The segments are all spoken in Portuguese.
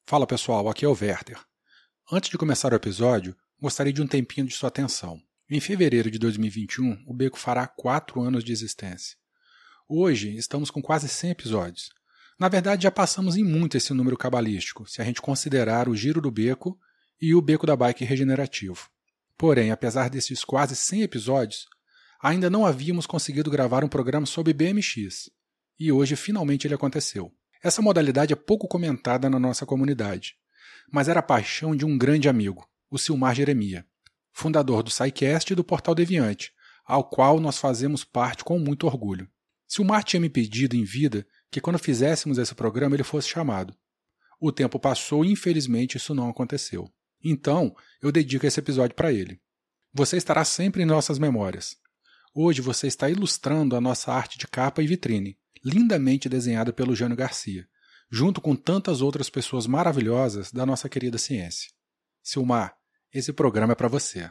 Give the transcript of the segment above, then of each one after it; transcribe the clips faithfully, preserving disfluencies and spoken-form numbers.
Fala pessoal, aqui é o Werther. Antes de começar o episódio, gostaria de um tempinho de sua atenção. Em fevereiro de dois mil e vinte e um, o Beco fará quatro anos de existência. Hoje, estamos com quase cem episódios. Na verdade, já passamos em muito esse número cabalístico, se a gente considerar o Giro do Beco e o Beco da Bike regenerativo. Porém, apesar desses quase cem episódios, ainda não havíamos conseguido gravar um programa sobre B M X. E hoje, finalmente, ele aconteceu. Essa modalidade é pouco comentada na nossa comunidade, mas era a paixão de um grande amigo, o Silmar Jeremia, fundador do SciCast e do Portal Deviante, ao qual nós fazemos parte com muito orgulho. Silmar tinha me pedido em vida que quando fizéssemos esse programa ele fosse chamado. O tempo passou e infelizmente isso não aconteceu. Então, eu dedico esse episódio para ele. Você estará sempre em nossas memórias. Hoje você está ilustrando a nossa arte de capa e vitrine, lindamente desenhada pelo Jânio Garcia, junto com tantas outras pessoas maravilhosas da nossa querida ciência. Silmar, esse programa é para você.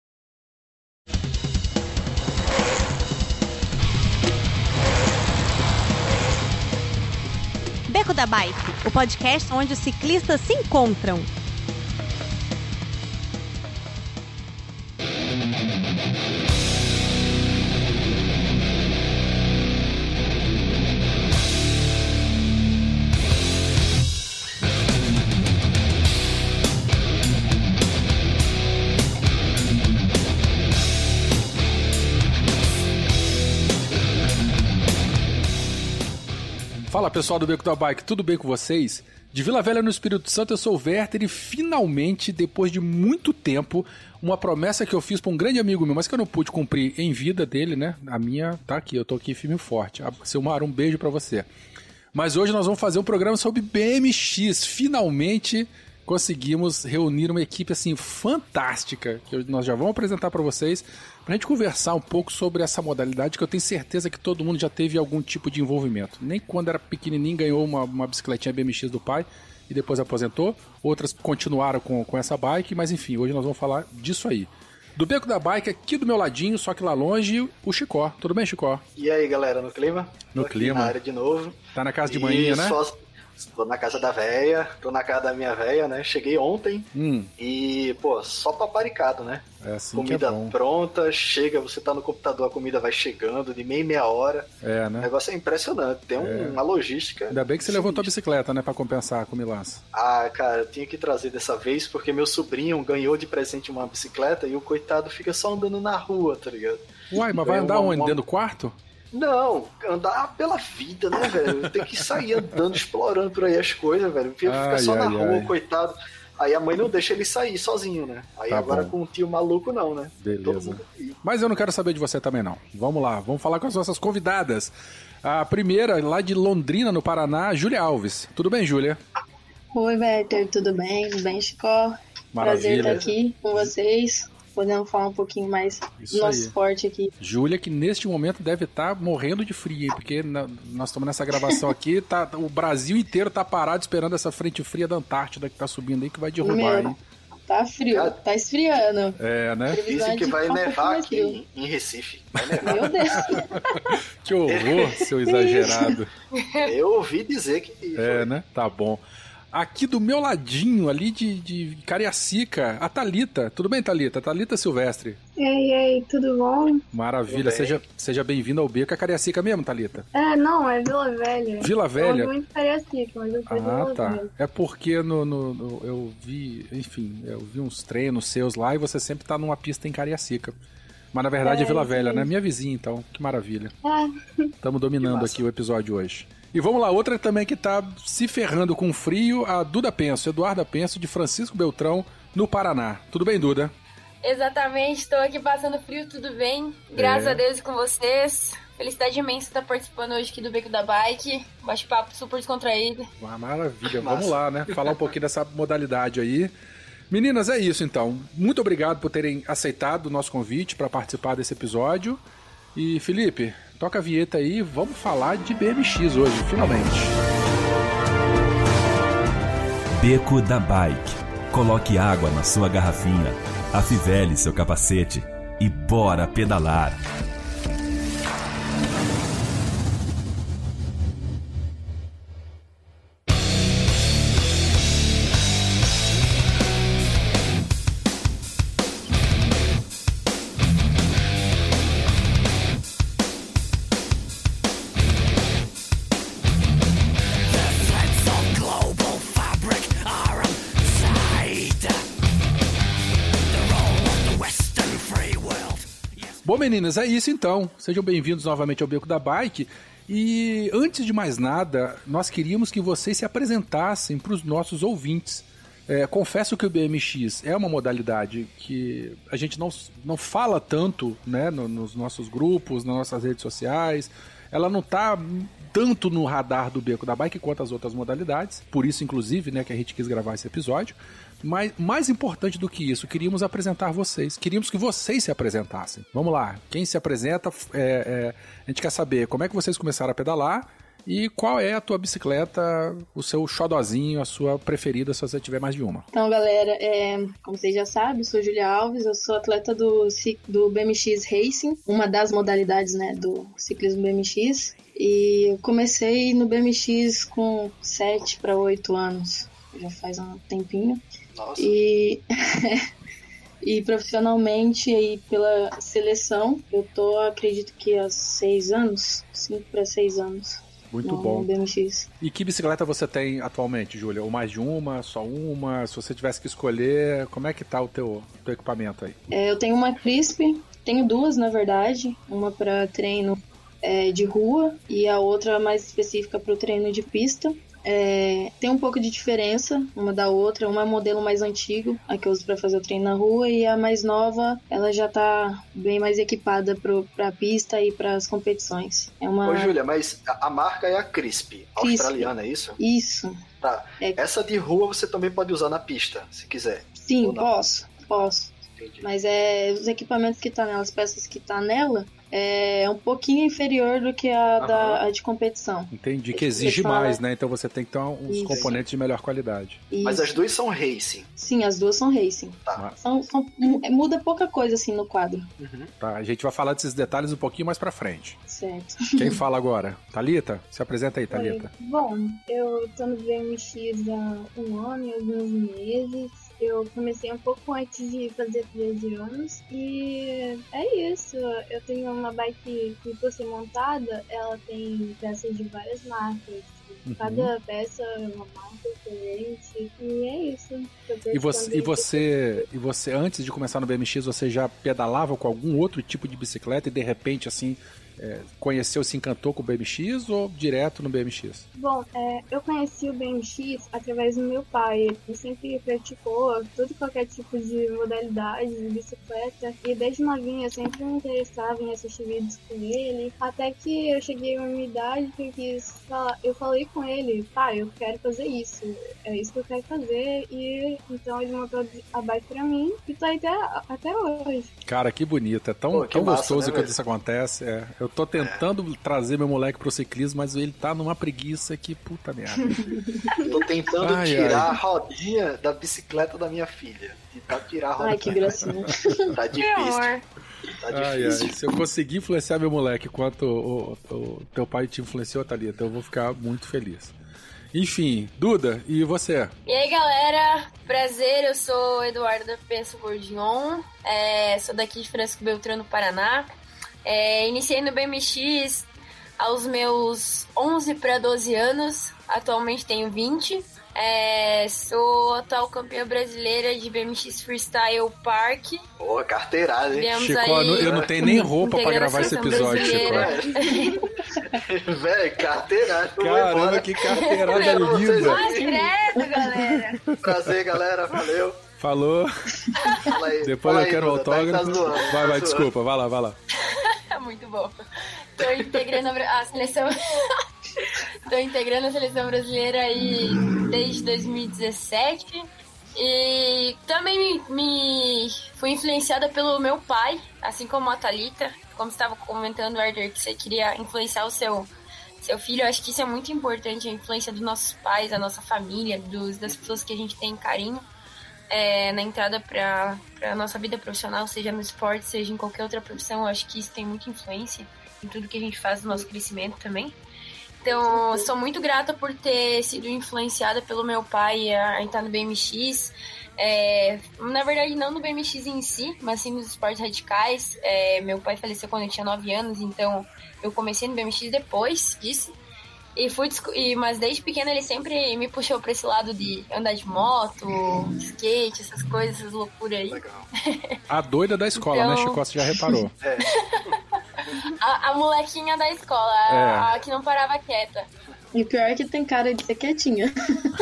Beco da Bike, o podcast onde os ciclistas se encontram. Fala pessoal do Beco da Bike, tudo bem com vocês? De Vila Velha no Espírito Santo, eu sou o Werther e finalmente, depois de muito tempo, uma promessa que eu fiz para um grande amigo meu, mas que eu não pude cumprir em vida dele, né? A minha tá aqui, eu tô aqui firme e forte. Silmar, um beijo para você. Mas hoje nós vamos fazer um programa sobre B M X. Finalmente conseguimos reunir uma equipe assim fantástica, que nós já vamos apresentar para vocês, pra gente conversar um pouco sobre essa modalidade que eu tenho certeza que todo mundo já teve algum tipo de envolvimento. Nem quando era pequenininho ganhou uma, uma bicicletinha B M X do pai e depois aposentou. Outras continuaram com, com essa bike, mas enfim, hoje nós vamos falar disso aí. Do Beco da Bike, aqui do meu ladinho, só que lá longe, o Chicó. Tudo bem, Chicó? E aí, galera, no clima? No tô clima. Na área de novo. Tá na casa de manhã, né? Só... Tô na casa da véia, tô na casa da minha véia, né? Cheguei ontem hum. e, pô, só paparicado, né? É assim comida que é bom. Pronta, chega, você tá no computador, a comida vai chegando de meia em meia hora. É, né? O negócio é impressionante, tem um, é. uma logística. Ainda bem que você sinistra. levou tua bicicleta, né? Pra compensar a comilança. Ah, cara, eu tinha que trazer dessa vez porque meu sobrinho ganhou de presente uma bicicleta e o coitado fica só andando na rua, tá ligado? Uai, mas vai andar onde? Dentro do quarto? Não, andar pela vida, né, velho? Tem que sair andando, explorando por aí as coisas, velho. Fica ai, só ai, na rua, ai. coitado. Aí a mãe não deixa ele sair sozinho, né? Aí tá agora bom. com um tio maluco não, né? Beleza. Mas eu não quero saber de você também, não. Vamos lá, vamos falar com as nossas convidadas. A primeira, lá de Londrina, no Paraná, Júlia Alves. Tudo bem, Júlia? Oi, Werther, tudo bem? Tudo bem, Chicó? Maravilha. Prazer estar aqui com vocês. Podemos falar um pouquinho mais Isso do nosso aí. esporte aqui. Júlia, que neste momento deve estar morrendo de frio, hein? Porque na, nós estamos nessa gravação aqui, tá, o Brasil inteiro tá parado esperando essa frente fria da Antártida que tá subindo aí, que vai derrubar, Meu, hein? tá frio, Cara, tá esfriando. É, né? Dizem que vai um nevar aqui em, em Recife. Vai nevar. Meu Deus. Que horror, seu exagerado. Eu ouvi dizer que... É, foi. né? Tá bom. Aqui do meu ladinho, ali de, de Cariacica, a Thalita. Tudo bem, Thalita? Thalita Silvestre. Ei, ei, tudo bom? Maravilha, Tudo bem. seja, seja bem-vindo ao Beco. É Cariacica mesmo, Thalita? É, não, é Vila Velha. Vila Velha? Eu muito Cariacica, mas eu sou de Ah, Vila tá. Velha. É porque no, no- no- eu vi, enfim, eu vi uns treinos seus lá e você sempre tá numa pista em Cariacica. Mas na verdade é, É, Vila isso Velha, mesmo. né? Minha vizinha, então. Que maravilha. É, Estamos dominando Que massa. aqui o episódio hoje. E vamos lá, outra também que tá se ferrando com frio, a Duda Penso, Eduarda Penso, de Francisco Beltrão, no Paraná. Tudo bem, Duda? Exatamente, estou aqui passando frio, tudo bem? Graças É. a Deus e com vocês. Felicidade imensa estar participando hoje aqui do Beco da Bike. Bate-papo super descontraído. Uma maravilha. Massa. Vamos lá, né? Falar um pouquinho dessa modalidade aí. Meninas, é isso então. Muito obrigado por terem aceitado o nosso convite para participar desse episódio. E Felipe, toca a vinheta aí, vamos falar de B M X hoje, finalmente. Beco da Bike. Coloque água na sua garrafinha, afivele seu capacete e bora pedalar. Bom, meninas, é isso então. Sejam bem-vindos novamente ao Beco da Bike. E antes de mais nada, nós queríamos que vocês se apresentassem para os nossos ouvintes. É, confesso que o B M X é uma modalidade que a gente não, não fala tanto, né, no, nos nossos grupos, nas nossas redes sociais. Ela não está tanto no radar do Beco da Bike quanto as outras modalidades. Por isso, inclusive, né, que a gente quis gravar esse episódio. Mas mais importante do que isso, queríamos apresentar vocês. Queríamos que vocês se apresentassem. Vamos lá. Quem se apresenta, é, é, a gente quer saber como é que vocês começaram a pedalar e qual é a tua bicicleta, o seu xodozinho, a sua preferida, se você tiver mais de uma. Então, galera, é, como vocês já sabem, eu sou Júlia Alves, eu sou atleta do, do B M X Racing, uma das modalidades, né, do ciclismo B M X. E eu comecei no B M X com sete para oito anos, já faz um tempinho. Nossa. E, e profissionalmente aí pela seleção, eu tô, acredito que há seis anos, cinco para seis anos. Muito no bom. B M X. E que bicicleta você tem atualmente, Júlia? Ou mais de uma, só uma? Se você tivesse que escolher, como é que tá o teu, teu equipamento aí? É, eu tenho uma Crisp, tenho duas na verdade, uma para treino é, de rua e a outra mais específica para o treino de pista. É, tem um pouco de diferença uma da outra. Uma é um modelo mais antigo, a que eu uso para fazer o treino na rua, e a mais nova, ela já tá bem mais equipada para a pista e para as competições. É uma... Ô, Júlia, mas a, a marca é a Crisp, australiana, é isso? Isso. Tá. É... Essa de rua você também pode usar na pista, se quiser. Sim, posso, posso. Entendi. Mas é, os equipamentos que tá nela, as peças que tá nela, é um pouquinho inferior do que a, Aham. da, a de competição. Entendi, que exige Eles falam- mais, né? Então você tem que ter uns Isso. componentes de melhor qualidade. Mas Isso. as duas são racing. Sim, as duas são racing. Tá. São, são, muda pouca coisa assim no quadro. Uhum. Tá, a gente vai falar desses detalhes um pouquinho mais pra frente. Certo. Quem fala agora? Thalita? Se apresenta aí, Thalita. Bom, eu tô no B M X há um ano e alguns meses. Eu comecei um pouco antes de fazer treze anos e é isso. Eu tenho uma bike que, por ser montada, ela tem peças de várias marcas. Uhum. Cada peça é uma marca diferente e é isso. E você, e você, e você, antes de começar no B M X, você já pedalava com algum outro tipo de bicicleta e de repente, assim, é, conheceu, se encantou com o B M X ou direto no B M X? Bom, é, eu conheci o B M X através do meu pai. Ele sempre praticou todo qualquer tipo de modalidade de bicicleta e desde novinha eu sempre me interessava em assistir vídeos com ele. Até que eu cheguei a uma idade que eu quis falar, eu falei com ele, pai, eu quero fazer isso, é isso que eu quero fazer, e então ele montou a bike pra mim e tá aí até, até hoje. Cara, que bonito, é tão, Pô, que tão massa, gostoso né, quando velho? isso acontece. É. Eu tô tentando trazer meu moleque pro ciclismo, mas ele tá numa preguiça que puta merda. Tô tentando Ai, tirar ai. a rodinha da bicicleta da minha filha. Tentar tirar a rodinha. Ai, que gracinha. Tá Que difícil. amor. Tá Ai, ai, difícil. se eu conseguir influenciar meu moleque quanto o, o, o teu pai te influenciou, Thalita, eu vou ficar muito feliz. Enfim, Duda, e você? E aí, galera, prazer, eu sou Eduarda Penso Gordion, é, sou daqui de Francisco Beltrão, Paraná. É, iniciei no B M X aos meus onze para doze anos, atualmente tenho vinte. É, sou atual campeã brasileira de B M X Freestyle Park. Pô, carteirada, hein? Viemos Chico, aí, eu não- eu não tenho nem roupa pra integrando a gravar esse seleção episódio, Chico. brasileira. Velho, carteirada. eu vou Caramba, embora. que carteirada Pra vocês linda. Mas credo, galera. Prazer, galera. Valeu. Falou. Fala aí. Depois Fala eu aí, quero o Duda, tá aí, tá autógrafo. zoando, Vai, tá vai, zoando. desculpa, vai lá, vai lá. Muito bom. Tô integrando a a seleção. Tô integrando a seleção brasileira aí desde dois mil e dezessete. E também me, me fui influenciada pelo meu pai, assim como a Thalita. Como você estava comentando, Arthur, que você queria influenciar o seu, seu filho. Eu acho que isso é muito importante, a influência dos nossos pais, da nossa família, dos, das pessoas que a gente tem carinho. É, na entrada para a nossa vida profissional, seja no esporte, seja em qualquer outra profissão, eu acho que isso tem muita influência em tudo que a gente faz no nosso crescimento também. Então, sou muito grata por ter sido influenciada pelo meu pai a, a entrar no B M X. É, na verdade, não no B M X em si, mas sim nos esportes radicais. É, meu pai faleceu quando eu tinha nove anos, então eu comecei no B M X depois disso. E fui, e, mas desde pequena ele sempre me puxou pra esse lado de andar de moto, skate, essas coisas, essas loucuras aí. Legal. A doida da escola, então... né, Chico? Você já reparou. É. A, a molequinha da escola, É. a, a que não parava quieta. E o pior é que tem cara de ser quietinha.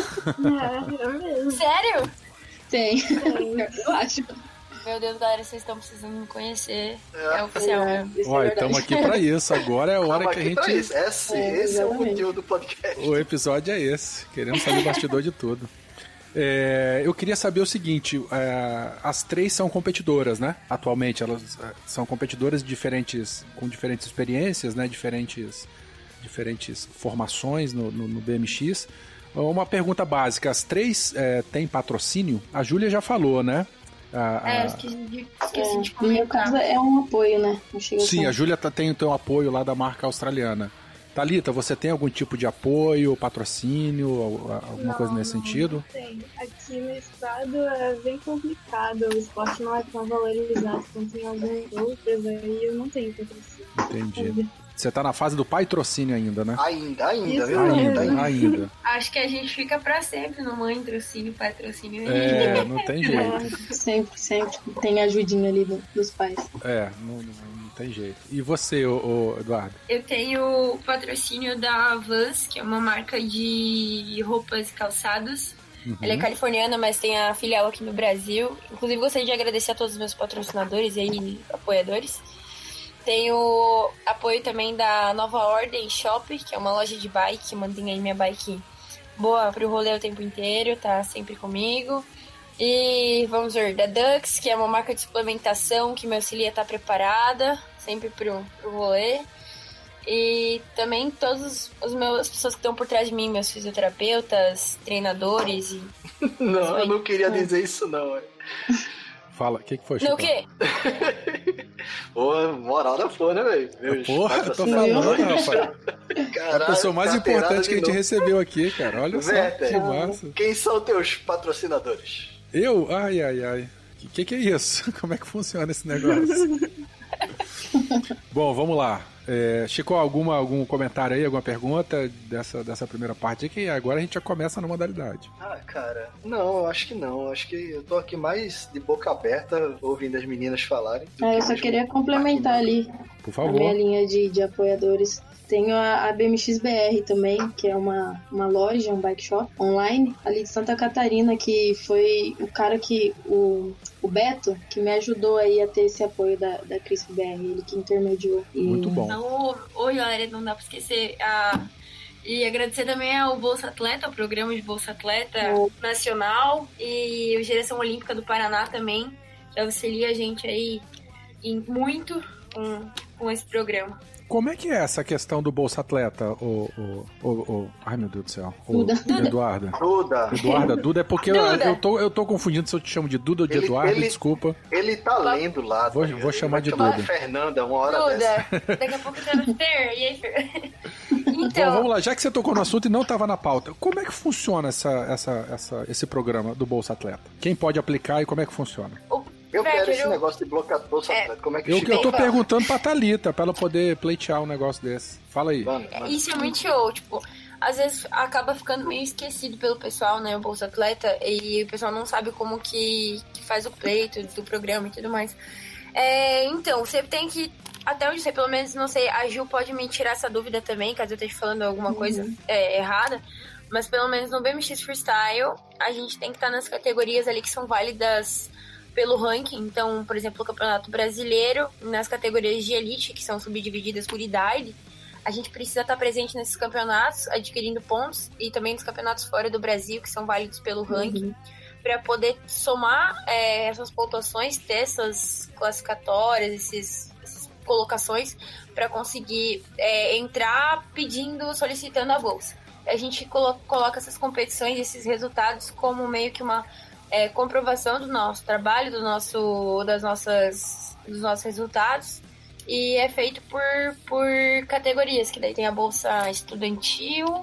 É, eu mesmo. Sério? Tem. Eu acho. Meu Deus, galera, vocês estão precisando me conhecer. É. É oficial. É, isso é Ó, verdade. estamos aqui pra isso. Agora é a hora Tamo que a aqui pra gente... isso. Esse, É, esse é o exatamente. motivo do podcast. O episódio é esse. Queremos saber o bastidor de tudo. É, eu queria saber o seguinte, é, as três são competidoras, né? Atualmente elas é, são competidoras diferentes, com diferentes experiências, né? Diferentes, diferentes formações no, no, no B M X. Uma pergunta básica, as três é, têm patrocínio? A Júlia já falou, né? A, a... É, eu esqueci de, esqueci de É, no meu comentar. caso é um apoio, né? Não chega Sim, a a Júlia tá, tem o teu apoio lá da marca australiana. Thalita, você tem algum tipo de apoio, patrocínio, alguma Não, coisa nesse não, sentido? não tem. Aqui no estado é bem complicado, o esporte não é tão valorizado quanto em alguns outros, aí eu não tenho patrocínio. Entendi. Você tá na fase do patrocínio ainda, né? Ainda, ainda, Isso viu? Ainda, mesmo. ainda. Acho que a gente fica pra sempre no mãe, trocínio, patrocínio. É, não tem jeito. Sempre, sempre tem ajudinha ali do- dos pais. É, não, não, não tem jeito. E você, ô, ô, Eduardo? Eu tenho o patrocínio da Vans, que é uma marca de roupas e calçados. Uhum. Ela é californiana, mas tem a filial aqui no Brasil. Inclusive, gostaria de agradecer a todos os meus patrocinadores e aí, apoiadores. Tenho apoio também da Nova Ordem Shop, que é uma loja de bike, que mantém aí minha bike boa pro rolê o tempo inteiro, tá sempre comigo. E vamos ver, da Dux, que é uma marca de suplementação que me auxilia a estar preparada, sempre pro, pro rolê. E também todos os meus, as pessoas que estão por trás de mim, meus fisioterapeutas, treinadores e... Não, eu não queria dizer isso, não. é. Fala, o que, que foi, Chico? Não, o quê? Pô, moral da porra, né, velho? Meus Porra, eu tô patrocinadores. falando, rapaz. Caralho, A pessoa mais carteirada importante que a de gente novo. recebeu aqui, cara. Olha só, Werther, que massa. quem são teus patrocinadores? Eu? Ai, ai, ai. Que, que que é isso? Como é que funciona esse negócio? Bom, vamos lá. É, Chico, alguma, algum comentário aí, alguma pergunta dessa, dessa primeira parte? Que agora a gente já começa na modalidade. Ah, cara, não, acho que não. Acho que eu tô aqui mais de boca aberta, ouvindo as meninas falarem. do Ah, eu que só mesmo queria complementar ali Por a minha favor. linha de, de apoiadores. Tenho a, a B M X B R também, que é uma, uma loja, um bike shop online, ali de Santa Catarina, que foi o cara que, o, o Beto, que me ajudou aí a ter esse apoio da, da Crisp B R, ele que intermediou. E, Muito bom. Então, oi, galera, não dá pra esquecer. A... E agradecer também ao Bolsa Atleta, ao programa de Bolsa Atleta Nacional e a Geração Olímpica do Paraná também, que auxilia a gente aí em muito com, com esse programa. Como é que é essa questão do Bolsa Atleta, o, o, o, o... Ai, meu Deus do céu. O Duda. Eduardo. Duda, Eduarda, Duda é porque eu, Duda. eu, tô, eu tô confundindo se eu te chamo de Duda ou de Ele- Eduardo, ele- desculpa. ele tá lendo lá. Vou- tá ligado? vou Ele chamar vai de chamar Duda. Fernanda, uma hora dessa. Duda, daqui a pouco eu quero Fer. E aí, Fer? Então, Então, vamos lá, já que você tocou no assunto e não estava na pauta, como é que funciona essa, essa, essa, esse programa do Bolsa Atleta? Quem pode aplicar e como é que funciona? o Eu Fer, quero esse eu- negócio de bloquear bolsa É. atleta. Como é que Eu, chega? eu tô Bem, perguntando pra Thalita, pra ela poder pleitear um negócio desse. Fala aí. Mano, mano. Isso é muito show, tipo, às vezes acaba ficando meio esquecido pelo pessoal, né, o Bolsa Atleta, e o pessoal não sabe como que, que faz o pleito do programa e tudo mais. É, então, você tem que, até onde você, pelo menos, não sei, a Gil pode me tirar essa dúvida também, caso eu esteja falando alguma coisa é, errada, mas pelo menos no B M X Freestyle, a gente tem que estar nas categorias ali que são válidas pelo ranking. Então, por exemplo, o Campeonato Brasileiro, nas categorias de elite, que são subdivididas por idade, a gente precisa estar presente nesses campeonatos, adquirindo pontos, e também nos campeonatos fora do Brasil, que são válidos pelo ranking, para poder somar é, essas pontuações, ter essas classificatórias, esses, essas colocações, para conseguir é, entrar pedindo, solicitando a bolsa. A gente colo- coloca essas competições, esses resultados, como meio que uma é, comprovação do nosso trabalho, do nosso, das nossas, dos nossos resultados. E é feito por, por categorias, que daí tem a bolsa estudantil,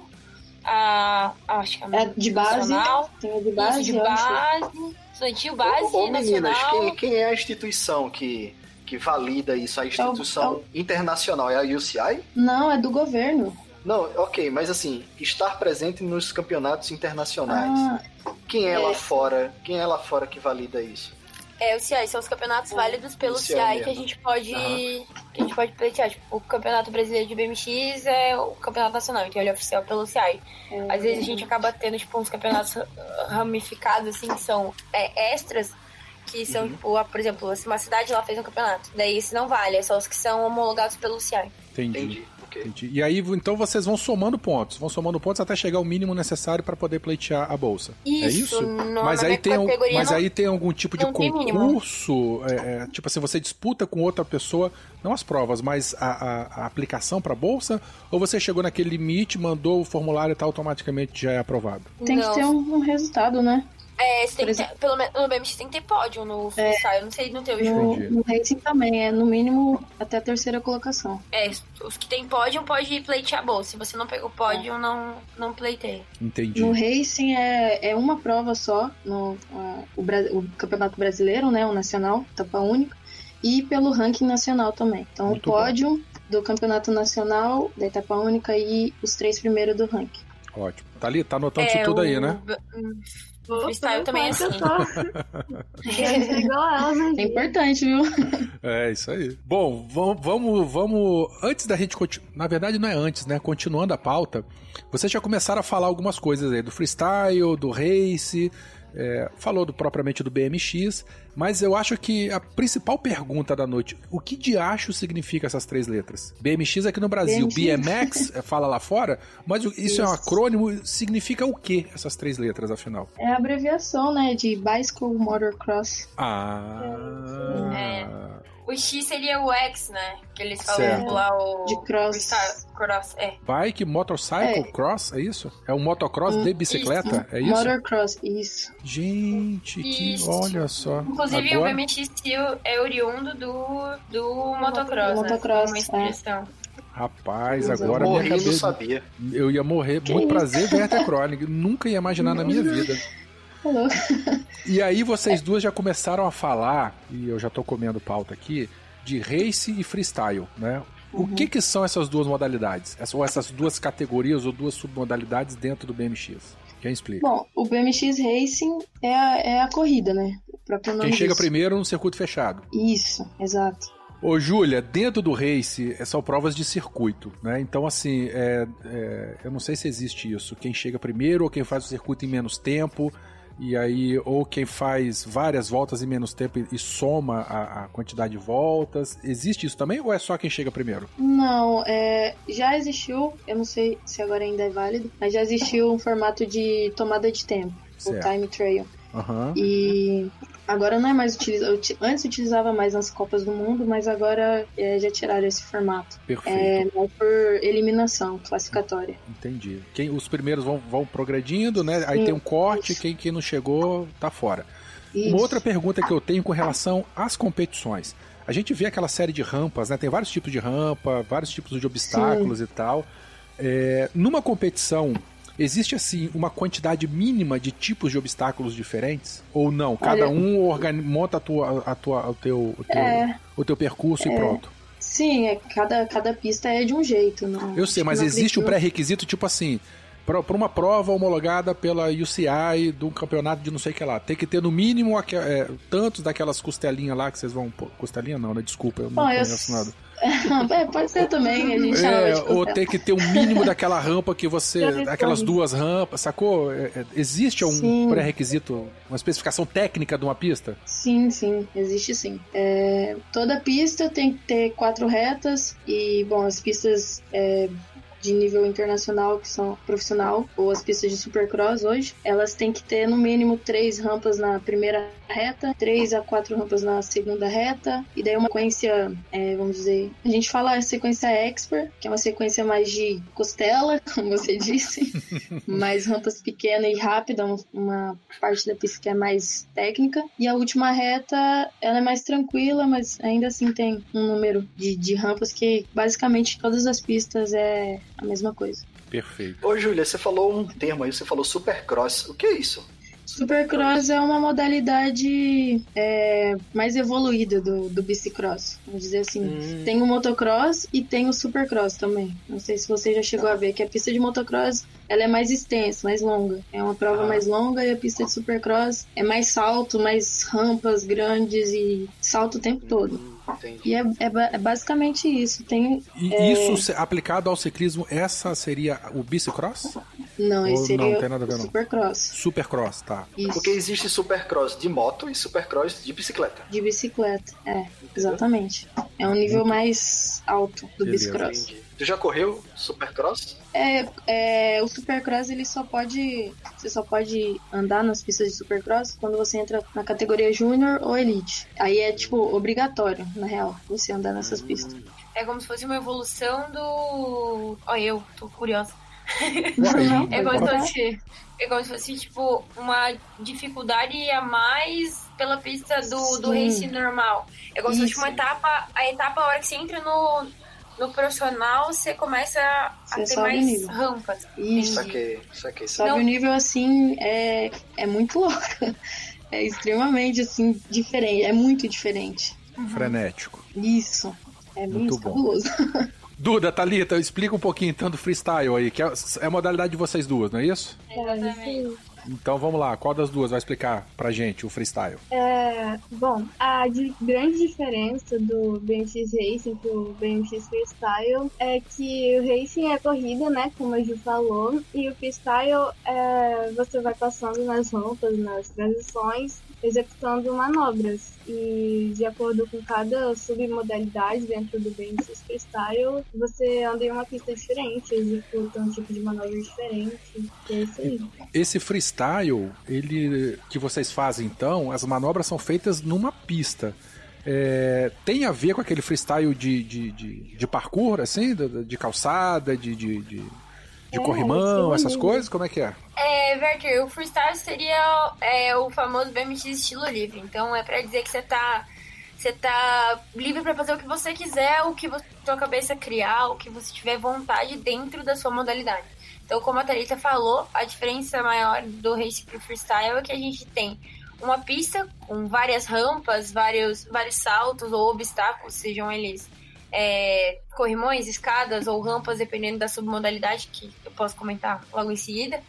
a, a acho que a É de base, nacional, tem a de isso, base, de eu acho. base, estudantil, base, Ô, ô, meninas, nacional. quem, quem é a instituição que, que valida isso? A instituição É o- internacional é a U C I? Não, é do governo. Não, ok, mas assim, estar presente nos campeonatos internacionais. Ah, quem é, é lá fora? Quem é lá fora que valida isso? É, o C I, são os campeonatos válidos pelo C I, que a gente pode uhum. que a gente pode pleitear. Tipo, o Campeonato Brasileiro de B M X é o campeonato nacional, então ele é oficial pelo C I. Uhum. Às vezes a gente acaba tendo, tipo, uns campeonatos ramificados, assim, que são é, extras, que são, uhum. tipo, por exemplo, se uma cidade lá fez um campeonato, daí esse não vale, é só os que são homologados pelo C I. Entendi. Entendi. Entendi. E aí, então, vocês vão somando pontos. Vão somando pontos até chegar ao mínimo necessário para poder pleitear a bolsa. Isso, é isso? No, mas aí tem, mas não, aí tem algum tipo de concurso? É, é, tipo assim, você disputa com outra pessoa, não as provas, mas a, a, a aplicação para a bolsa? Ou você chegou naquele limite, mandou o formulário e tá automaticamente já é aprovado? Tem não. que ter um, um resultado, né? É, você tem que ter, pelo menos no B M X tem que ter pódio no freestyle, é, eu não sei, não teve no, no racing também, é no mínimo até a terceira colocação. É, os que tem pódio pode pleitear a bolsa, se você não pegou pódio, é. não, não pleiteia. Entendi. No racing é, é uma prova só, no, uh, o, o Campeonato Brasileiro, né, o Nacional, etapa única, e pelo ranking nacional também. Então muito o pódio bom. Do Campeonato Nacional, da etapa única e os três primeiros do ranking. Ótimo. Tá ali, tá anotando é, isso tudo o... aí, né? O freestyle também é assim. É importante, viu? É, isso aí. Bom, vamos, vamos, vamos... Antes da gente continuar... Na verdade, não é antes, né? Continuando a pauta, vocês já começaram a falar algumas coisas aí do freestyle, do race... É, falou do, propriamente do B M X, mas eu acho que a principal pergunta da noite, o que de acho significa essas três letras? B M X aqui no Brasil, B M X, B M X fala lá fora, mas isso, isso é um acrônimo, significa o que essas três letras, afinal? É a abreviação, né, de Bicycle Motocross. Ah... É. O X seria o X, né? Que eles falam lá o... De cross. cross é. Bike, motorcycle, é. cross, é isso? É um motocross hum, de bicicleta, isso. é isso? Motocross, isso. Gente, isso. que... olha só. Inclusive Agora... o B M X é oriundo do, do motocross, do motocross, né? Uma inspiração. É. Rapaz, agora minha cabeça... Eu não sabia. Eu ia morrer. Que Muito isso? prazer, Werther Kronig. Nunca ia imaginar na minha vida. E aí vocês duas já começaram a falar, e eu já tô comendo pauta aqui, de race e freestyle, né? Uhum. O que que são essas duas modalidades? Ou essas duas categorias ou duas submodalidades dentro do B M X? Quem explica? Bom, o B M X Racing é a, é a corrida, né? O próprio nome Quem chega disso. primeiro no circuito fechado. Isso, exato. Ô, Júlia, dentro do race são provas de circuito, né? Então, assim, é, é, eu não sei se existe isso. Quem chega primeiro ou quem faz o circuito em menos tempo... E aí, ou quem faz várias voltas em menos tempo e, e soma a, a quantidade de voltas. Existe isso também ou é só quem chega primeiro? Não, é, já existiu, eu não sei se agora ainda é válido, mas já existiu um formato de tomada de tempo, certo. O time trial. Uhum. E agora não é mais utilizado. Antes utilizava mais nas Copas do Mundo, mas agora é, já tiraram esse formato. Perfeito. É mais por eliminação classificatória. Entendi. Quem, os primeiros vão, vão progredindo, né? Aí Sim, tem um corte, quem, quem não chegou tá fora. Isso. Uma outra pergunta que eu tenho com relação às competições. A gente vê aquela série de rampas, né? Tem vários tipos de rampa, vários tipos de obstáculos Sim. e tal. É, numa competição, existe, assim, uma quantidade mínima de tipos de obstáculos diferentes? Ou não? Cada Olha, um organi- monta a tua, a tua, o, teu, o, teu, é, o teu percurso é, e pronto? Sim, é, cada, cada pista é de um jeito. Não, Eu sei, mas existe um pré-requisito, tipo assim... Para uma prova homologada pela U C I de um campeonato de não sei o que lá, tem que ter no mínimo é, tantos daquelas costelinhas lá que vocês vão... Costelinha não, né? Desculpa, eu não Bom, conheço eu... nada. É, pode ser também, a gente é, ou tem que ter um mínimo daquela rampa que você... Aquelas duas rampas, sacou? É, é, existe um sim. pré-requisito, uma especificação técnica de uma pista? Sim, sim, existe sim. É, toda pista tem que ter quatro retas e, bom, as pistas... É, de nível internacional, que são profissional, ou as pistas de supercross hoje, elas têm que ter no mínimo três rampas na primeira reta, três a quatro rampas na segunda reta, e daí uma sequência, é, vamos dizer, a gente fala a sequência expert, que é uma sequência mais de costela, como você disse, mais rampas pequenas e rápidas, uma parte da pista que é mais técnica, e a última reta, ela é mais tranquila, mas ainda assim tem um número de, de rampas que basicamente todas as pistas é a mesma coisa. Perfeito. Ô, Júlia, você falou um termo aí, você falou supercross. O que é isso? Supercross é uma modalidade é, mais evoluída do, do bicicross, vamos dizer assim. Hum. Tem o motocross e tem o supercross também. Não sei se você já chegou a ver que a pista de motocross ela é mais extensa, mais longa. É uma prova ah. mais longa e a pista de supercross é mais salto, mais rampas grandes e salto o tempo todo. Entendi. E é, é, é basicamente isso. Tem, e é... isso aplicado ao ciclismo, essa seria o bicicross? Não, esse seria não tem nada a ver, o não? supercross. Supercross, tá. Isso. Porque existe supercross de moto e supercross de bicicleta. De bicicleta, é, exatamente. É um nível Muito... mais alto do Beleza. bicicross. Entendi. Tu já correu supercross? É, é, o supercross ele só pode, você só pode andar nas pistas de supercross quando você entra na categoria júnior ou elite. Aí é tipo obrigatório, na real, você andar nessas hum. pistas. É como se fosse uma evolução do... Ó, eu tô curiosa. Não, é, como se fosse, é como se fosse tipo uma dificuldade a mais pela pista do, do race normal. É como Isso. se fosse uma etapa, a etapa a hora que você entra no No profissional, você começa a você ter mais nível. rampas. Isso. Saquei, saquei. Sobe o nível, assim, é, é muito louco. É extremamente, assim, diferente. É muito diferente. Uhum. Frenético. Isso. É bem cabuloso. Duda, Thalita, explica um pouquinho, então, do freestyle aí, que é, é a modalidade de vocês duas, não é isso? Exatamente. Então vamos lá, qual das duas vai explicar pra gente o freestyle? É, bom, a de, grande diferença do B M X Racing pro B M X Freestyle é que o Racing é corrida, né, como a Ju falou, e o Freestyle é você vai passando nas rampas, nas transições, executando manobras. E de acordo com cada submodalidade dentro do B M X Freestyle, você anda em uma pista diferente, executa um tipo de manobra diferente. E é isso aí. Esse freestyle, ele que vocês fazem então, as manobras são feitas numa pista. É, tem a ver com aquele freestyle de, de, de, de parkour, assim, de, de calçada, de... de, de... De é, corrimão, essas coisas? Como é que é? É, Werther, o freestyle seria é, o famoso B M X estilo livre. Então é pra dizer que você tá, você tá livre pra fazer o que você quiser, o que você, sua cabeça criar, o que você tiver vontade dentro da sua modalidade. Então, como a Thalita falou, a diferença maior do race pro freestyle é que a gente tem uma pista com várias rampas, vários, vários saltos ou obstáculos, sejam eles É, corrimões, escadas ou rampas, dependendo da submodalidade, que eu posso comentar logo em seguida.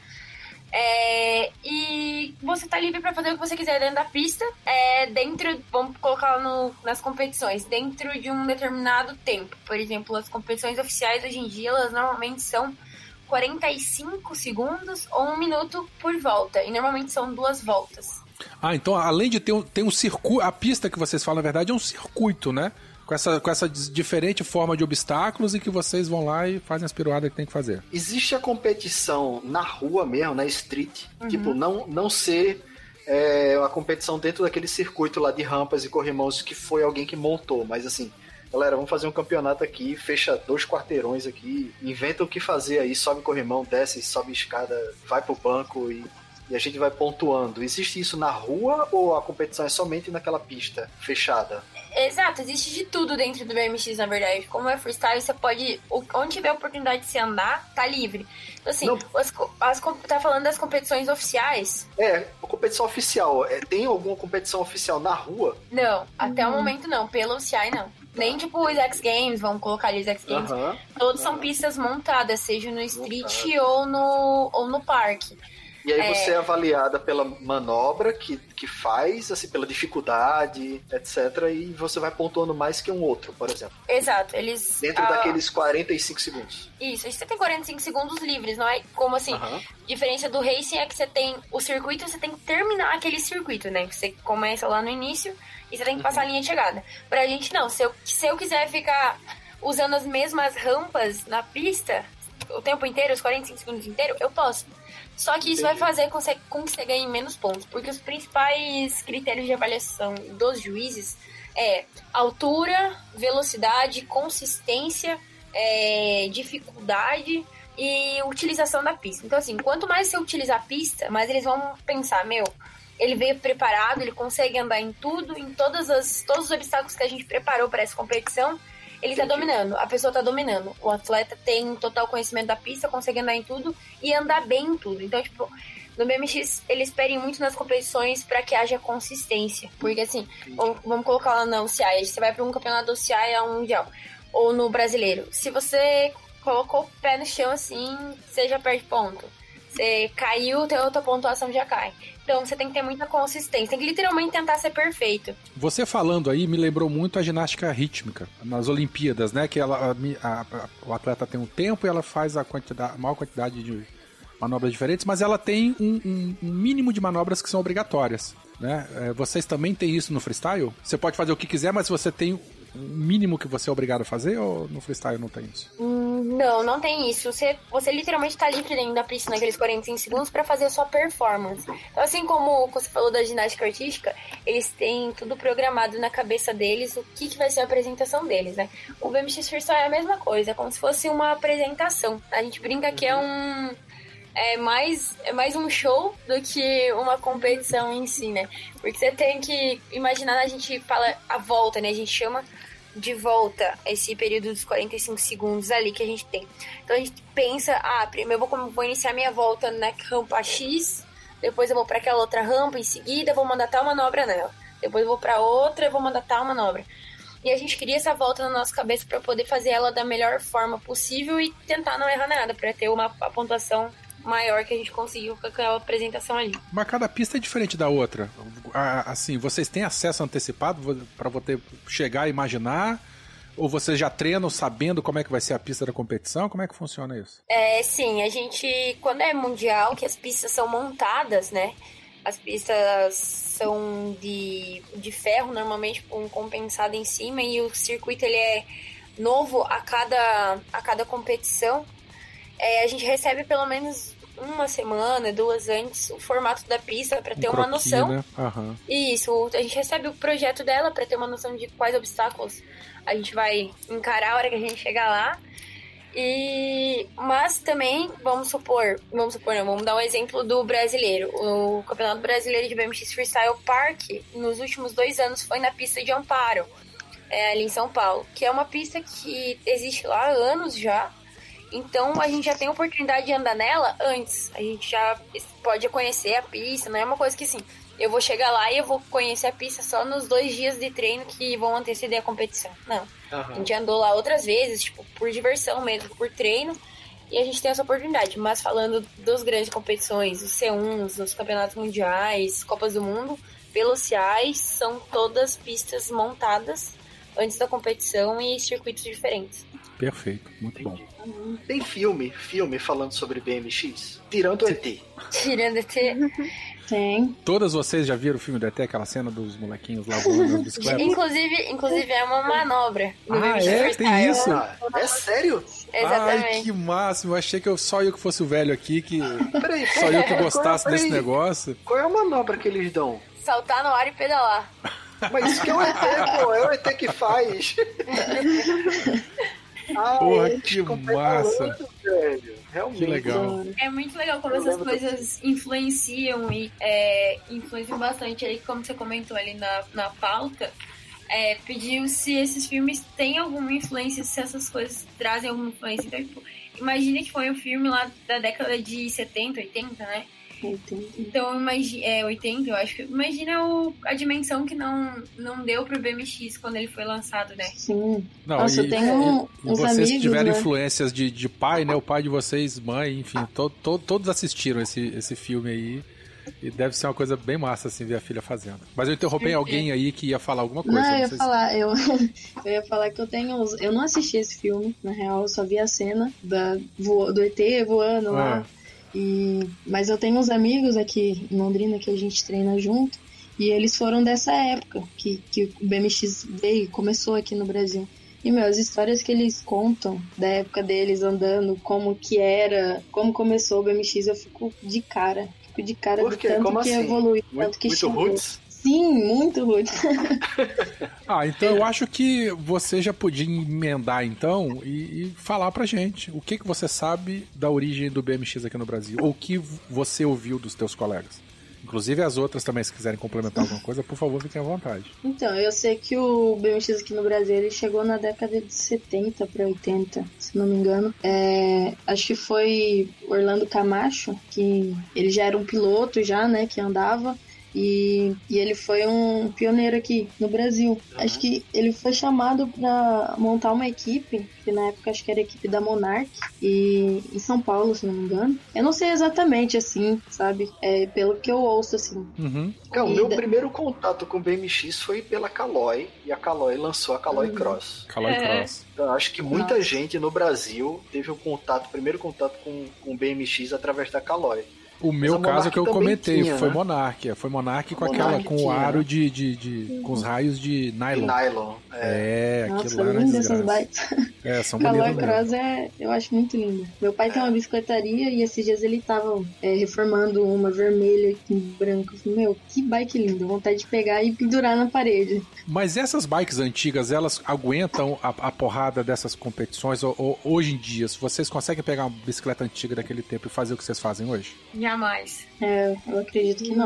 É, e você tá livre para fazer o que você quiser dentro da pista, é, dentro, vamos colocar no, nas competições, dentro de um determinado tempo. Por exemplo, as competições oficiais hoje em dia, elas normalmente são quarenta e cinco segundos ou um minuto por volta, e normalmente são duas voltas. Ah, então além de ter um, ter um circuito, a pista que vocês falam, na verdade, é um circuito, né? Com essa, com essa diferente forma de obstáculos e que vocês vão lá e fazem as piruadas que tem que fazer. Existe a competição na rua mesmo, na street, uhum. tipo, não, não ser é, uma competição dentro daquele circuito lá de rampas e corrimãos que foi alguém que montou, mas assim, galera, vamos fazer um campeonato aqui, fecha dois quarteirões aqui, inventa o que fazer aí, sobe corrimão, desce, sobe escada, vai pro banco e... E a gente vai pontuando. Existe isso na rua ou a competição é somente naquela pista fechada? Exato, existe de tudo dentro do B M X, na verdade. Como é freestyle, você pode... Onde tiver a oportunidade de se andar, tá livre. Então, assim, as, as, tá falando das competições oficiais? É, a competição oficial. É, tem alguma competição oficial na rua? Não, até hum. o momento não. Pela O C I, não. Nem tipo os X Games, vamos colocar ali os X Games. Uh-huh. Todos uh-huh. são pistas montadas, seja no street ou no, ou no parque. E aí é... você é avaliada pela manobra que, que faz, assim, pela dificuldade, etcétera. E você vai pontuando mais que um outro, por exemplo. Exato, eles... Dentro ah... daqueles quarenta e cinco segundos. Isso, você tem quarenta e cinco segundos livres, não é? Como assim, uh-huh. diferença do racing é que você tem o circuito, você tem que terminar aquele circuito, né? Que você começa lá no início e você tem que passar uh-huh. a linha de chegada. Pra gente não, se eu, se eu quiser ficar usando as mesmas rampas na pista o tempo inteiro, os quarenta e cinco segundos inteiros, eu posso. Só que isso Entendi. vai fazer com, você, com que você ganhe menos pontos, porque os principais critérios de avaliação dos juízes é altura, velocidade, consistência, é, dificuldade e utilização da pista. Então, assim, quanto mais você utilizar a pista, mais eles vão pensar, meu, ele veio preparado, ele consegue andar em tudo, em todas as, todos os obstáculos que a gente preparou para essa competição, ele tá dominando, a pessoa tá dominando. O atleta tem total conhecimento da pista, consegue andar em tudo e andar bem em tudo. Então, tipo, no B M X eles pedem muito nas competições para que haja consistência. Porque assim, vamos, vamos colocar lá na O C I, você vai para um campeonato da O C I a um mundial, ou no brasileiro. Se você colocou o pé no chão assim, você já perde ponto. Você caiu, a tua pontuação já cai. Então você tem que ter muita consistência, tem que literalmente tentar ser perfeito. Você falando aí me lembrou muito a ginástica rítmica, nas Olimpíadas, né? Que ela, a, a, o atleta tem um tempo e ela faz a, quantidade, a maior quantidade de manobras diferentes, mas ela tem um, um, um mínimo de manobras que são obrigatórias, né? É, vocês também têm isso no freestyle? Você pode fazer o que quiser, mas você tem um mínimo que você é obrigado a fazer, ou no freestyle não tem isso? Hum, não, não tem isso. Você, você literalmente tá livre dentro da pista naqueles quarenta e cinco segundos pra fazer a sua performance. Então, assim como você falou da ginástica artística, eles têm tudo programado na cabeça deles, o que, que vai ser a apresentação deles, né? O B M X Freestyle é a mesma coisa, é como se fosse uma apresentação. A gente brinca que é um... É mais, é mais um show do que uma competição em si, né? Porque você tem que imaginar, a gente fala a volta, né? A gente chama de volta esse período dos quarenta e cinco segundos ali que a gente tem. Então a gente pensa, ah, primeiro eu vou, vou iniciar minha volta na rampa X, depois eu vou para aquela outra rampa, em seguida eu vou mandar tal manobra nela, depois eu vou para outra e vou mandar tal manobra. E a gente cria essa volta na nossa cabeça para poder fazer ela da melhor forma possível e tentar não errar nada, para ter uma a pontuação maior que a gente conseguiu com aquela apresentação ali. Mas cada pista é diferente da outra. Assim, vocês têm acesso antecipado para você chegar e imaginar? Ou vocês já treinam sabendo como é que vai ser a pista da competição? Como é que funciona isso? É, sim, a gente, quando é mundial, que as pistas são montadas, né? As pistas são de, de ferro, normalmente com compensado em cima, e o circuito ele é novo a cada, a cada competição. É, a gente recebe pelo menos uma semana, duas antes, o formato da pista para ter um uma croquis, noção. Né? Uhum. Isso, a gente recebe o projeto dela para ter uma noção de quais obstáculos a gente vai encarar a hora que a gente chegar lá. E mas também, vamos supor, vamos supor, não, vamos dar um exemplo do brasileiro. O Campeonato Brasileiro de B M X Freestyle Park, nos últimos dois anos, foi na pista de Amparo, é, ali em São Paulo, que é uma pista que existe lá há anos já. Então a gente já tem a oportunidade de andar nela antes. A gente já pode conhecer a pista, não é uma coisa que assim, eu vou chegar lá e eu vou conhecer a pista só nos dois dias de treino que vão anteceder a competição. Não. Uhum. A gente andou lá outras vezes, tipo, por diversão mesmo, por treino, e a gente tem essa oportunidade. Mas falando das grandes competições, os C uns, os campeonatos mundiais, Copas do Mundo, velociais, são todas pistas montadas antes da competição e circuitos diferentes. Perfeito, muito bom. Tem filme, filme falando sobre B M X? Tirando o E T. Tirando o E T. Tem. Todas vocês já viram o filme do E T, aquela cena dos molequinhos lá voando nas bicicletas? Inclusive, inclusive é uma manobra. Ah, é? Tem isso? Ah, é sério? Exatamente. Ai, que máximo. Eu achei que eu, só eu que fosse o velho aqui, que peraí, só eu que gostasse peraí. desse negócio. Qual é a manobra que eles dão? Saltar no ar e pedalar. Mas isso que é o E T, pô. É o E T que faz. Ah, porra, que massa. Velho. Realmente. Que legal. É muito legal como essas coisas influenciam e é, influenciam bastante. Aí, como você comentou ali na, na pauta, é, pediu se esses filmes têm alguma influência, se essas coisas trazem alguma influência. Então, tipo, imagina que foi um filme lá da década de setenta, oitenta, né? oitenta. Então, imagina, é, oitenta, eu acho que. Imagina o, a dimensão que não, não deu pro B M X quando ele foi lançado, né? Sim. Não, Nossa, e, eu tenho e, uns e vocês amigos, que tiveram né? influências de, de pai, né? O pai de vocês, mãe, enfim, to, to, todos assistiram esse, esse filme aí. E deve ser uma coisa bem massa, assim, ver a filha fazendo. Mas eu interrompi alguém aí que ia falar alguma coisa. Não, eu não ia sei falar, eu, eu ia falar que eu tenho. Eu não assisti esse filme, na real, eu só vi a cena da, do E T voando lá. Ah. E, mas eu tenho uns amigos aqui em Londrina que a gente treina junto, e eles foram dessa época que, que o B M X veio, começou aqui no Brasil. E, meu, as histórias que eles contam da época deles andando, como que era, como começou o B M X, eu fico de cara. Fico de cara Por do quê? tanto Como que assim? evoluiu, Muito, tanto que muito chegou. roots? Sim, muito roots. Ah, então eu acho que você já podia emendar, então, e, e falar pra gente o que, que você sabe da origem do B M X aqui no Brasil, ou o que você ouviu dos teus colegas. Inclusive as outras também, se quiserem complementar alguma coisa, por favor, fiquem à vontade. Então, eu sei que o B M X aqui no Brasil, ele chegou na década de setenta para oitenta, se não me engano. É, acho que foi Orlando Camacho, que ele já era um piloto já, né, que andava. E, e ele foi um pioneiro aqui no Brasil. Uhum. Acho que ele foi chamado para montar uma equipe, que na época acho que era a equipe da Monarch, e em São Paulo, se não me engano. Eu não sei exatamente, assim, sabe? É, pelo que eu ouço, assim. Uhum. É, o meu da... primeiro contato com o B M X foi pela Caloi, e a Caloi lançou a Caloi uhum. Cross. Caloi é. Cross. Então, acho que muita Nossa. gente no Brasil teve o contato, o primeiro contato com, com o B M X através da Caloi. O meu caso que eu comentei tinha, foi né? Monarch. Foi Monarch com Monarch aquela, com tinha, o aro né? de, de, de com os raios de nylon. De nylon, é. É, Nossa, aquilo lá era linda essas desgraça. bikes. É, são Caloi bonitas Cross mesmo. é, eu acho muito lindo. Meu pai É. tem uma bicicletaria e esses dias ele tava é, reformando uma vermelha com branco. Meu, que bike linda. Vontade de pegar e pendurar na parede. Mas essas bikes antigas, elas aguentam a, a porrada dessas competições? Ou, ou hoje em dia, se vocês conseguem pegar uma bicicleta antiga daquele tempo e fazer o que vocês fazem hoje? Jamais. É, eu acredito que não.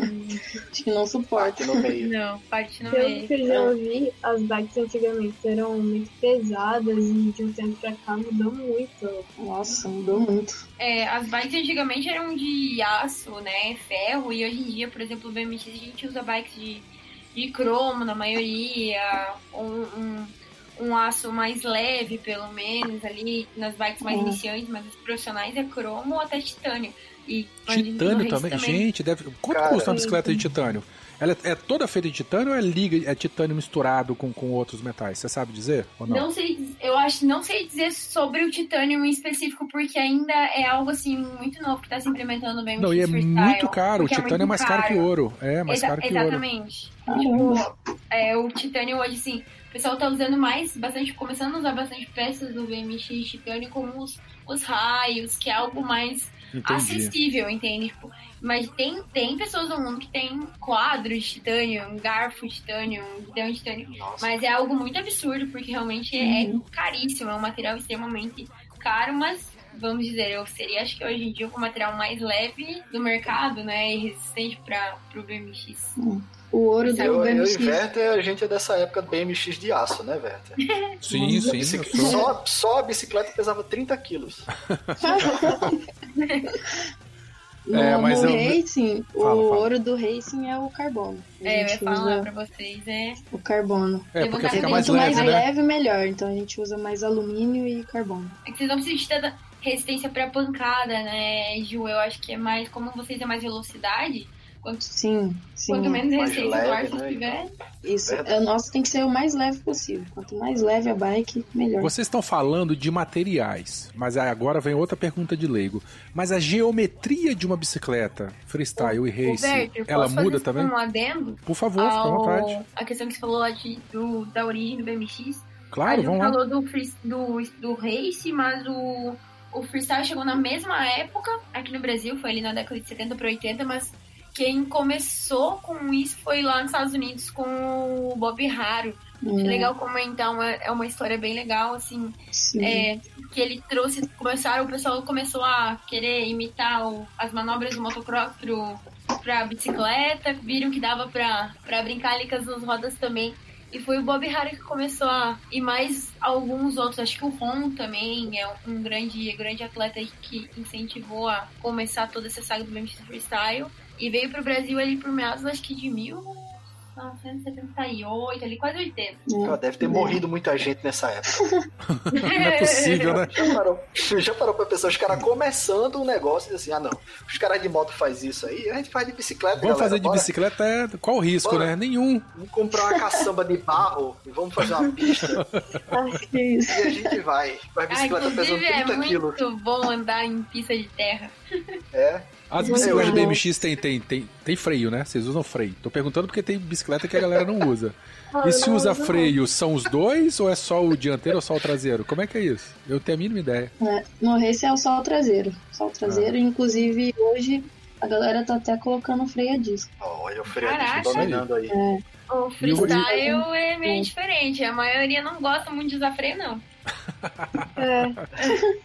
Acho que não suporta. Parte no meio. Não, parte no Pelo meio. que eu já ouvi, as bikes antigamente eram muito pesadas e de um tempo pra cá mudou muito. Nossa, mudou muito. É, as bikes antigamente eram de aço, né, ferro, e hoje em dia, por exemplo, o B M X, a gente usa bikes de, de cromo na maioria, um, um, um aço mais leve, pelo menos, ali nas bikes mais Uhum. iniciantes, mas os profissionais é cromo ou até titânio. E Titânio no também? race Gente, deve... quanto Cara, custa uma bicicleta de titânio? Ela é, é toda feita de titânio ou é liga, é titânio misturado com, com outros metais? Você sabe dizer ou não? Não sei, eu acho, não sei dizer sobre o titânio em específico, porque ainda é algo assim muito novo que está se implementando bem. Não, e é muito caro. O titânio é, é mais caro. caro que ouro. É, mais Exa- caro que exatamente. ouro. Exatamente. Tipo, é, o titânio hoje, assim, o pessoal tá usando mais, bastante, começando a usar bastante peças do B M X titânio, como os, os raios, que é algo mais Entendi. acessível, entende? Tipo, mas tem, tem pessoas no mundo que tem quadros de titânio, um garfo de titânio, um guidão de titânio, Nossa. mas é algo muito absurdo, porque realmente Uhum. é caríssimo, é um material extremamente caro, mas vamos dizer, eu seria, acho que hoje em dia, o material mais leve do mercado, né, e resistente para o B M X. O ouro do Eu, B M eu X. e Werther, a gente é dessa época do B M X de aço, né, Werther? Sim, sim. Bici- Eu sou... Só, só a bicicleta pesava trinta quilos. No, É, mas no eu- racing, o Fala, fala. ouro do racing é o carbono. A É, eu ia gente falar usa pra vocês, é... o carbono. É, porque Quanto fica mais Quanto leve, mais né? leve, melhor. Então a gente usa mais alumínio e carbono. É que vocês não precisam de tanta resistência pra pancada, né, Ju? Eu acho que é mais, como vocês têm mais velocidade, quanto, Sim, sim. quanto menos Mais resistência leve, do ar você né, tiver... Isso. Verdade. É, o nosso tem que ser o mais leve possível. Quanto mais leve a bike, melhor. Vocês estão falando de materiais, mas aí agora vem outra pergunta de leigo. Mas a geometria de uma bicicleta, freestyle e Ô, race, Werther, ela posso muda fazer também? um adendo? Por favor, fica à vontade. Ao, a questão que você falou lá de, do, da origem do B M X. Claro, a Ju vamos lá. falou do, free, do, do race, mas o, o freestyle chegou na mesma época aqui no Brasil, foi ali na década de setenta para oitenta, mas quem começou com isso foi lá nos Estados Unidos com o Bob Haro. Hum, É legal comentar, uma, é uma história bem legal, assim, sim. é, que ele trouxe, começaram, o pessoal começou a querer imitar o, as manobras do motocross pro, pra bicicleta, viram que dava pra, pra brincar ali com as duas rodas também. E foi o Bob Haro que começou a... E mais alguns outros, acho que o Ron também é um grande, grande atleta aí que incentivou a começar toda essa saga do B M X Freestyle. E veio pro Brasil ali por meados, acho que de mil novecentos e setenta e oito, ali quase oitenta. Cara, deve ter morrido muita gente nessa época. Não é possível, né? Já parou, já parou pra pensar, os caras começando um negócio e assim, ah não, os caras de moto faz isso aí, a gente faz de bicicleta, Vamos galera, fazer de bora. bicicleta, é... qual o risco, Bora. né? Nenhum. Vamos comprar uma caçamba de barro e vamos fazer uma pista Ai, que isso. e a gente vai. Com a Ah, bicicleta pesando inclusive é trinta quilos. muito bom andar em pista de terra. É. As Muito bicicletas bom. B M X tem, tem, tem, tem freio, né? Vocês usam freio. Tô perguntando porque tem bicicleta que a galera não usa. E se usa freio, são os dois ou é só o dianteiro ou só o traseiro? Como é que é isso? Eu tenho a mínima ideia. É, no race é só o traseiro. Só o traseiro. Ah. Inclusive, hoje a galera tá até colocando freio a disco. Olha o freadismo Caraca. dominando aí. É. O freestyle é meio diferente. A maioria não gosta muito de usar freio, não. É.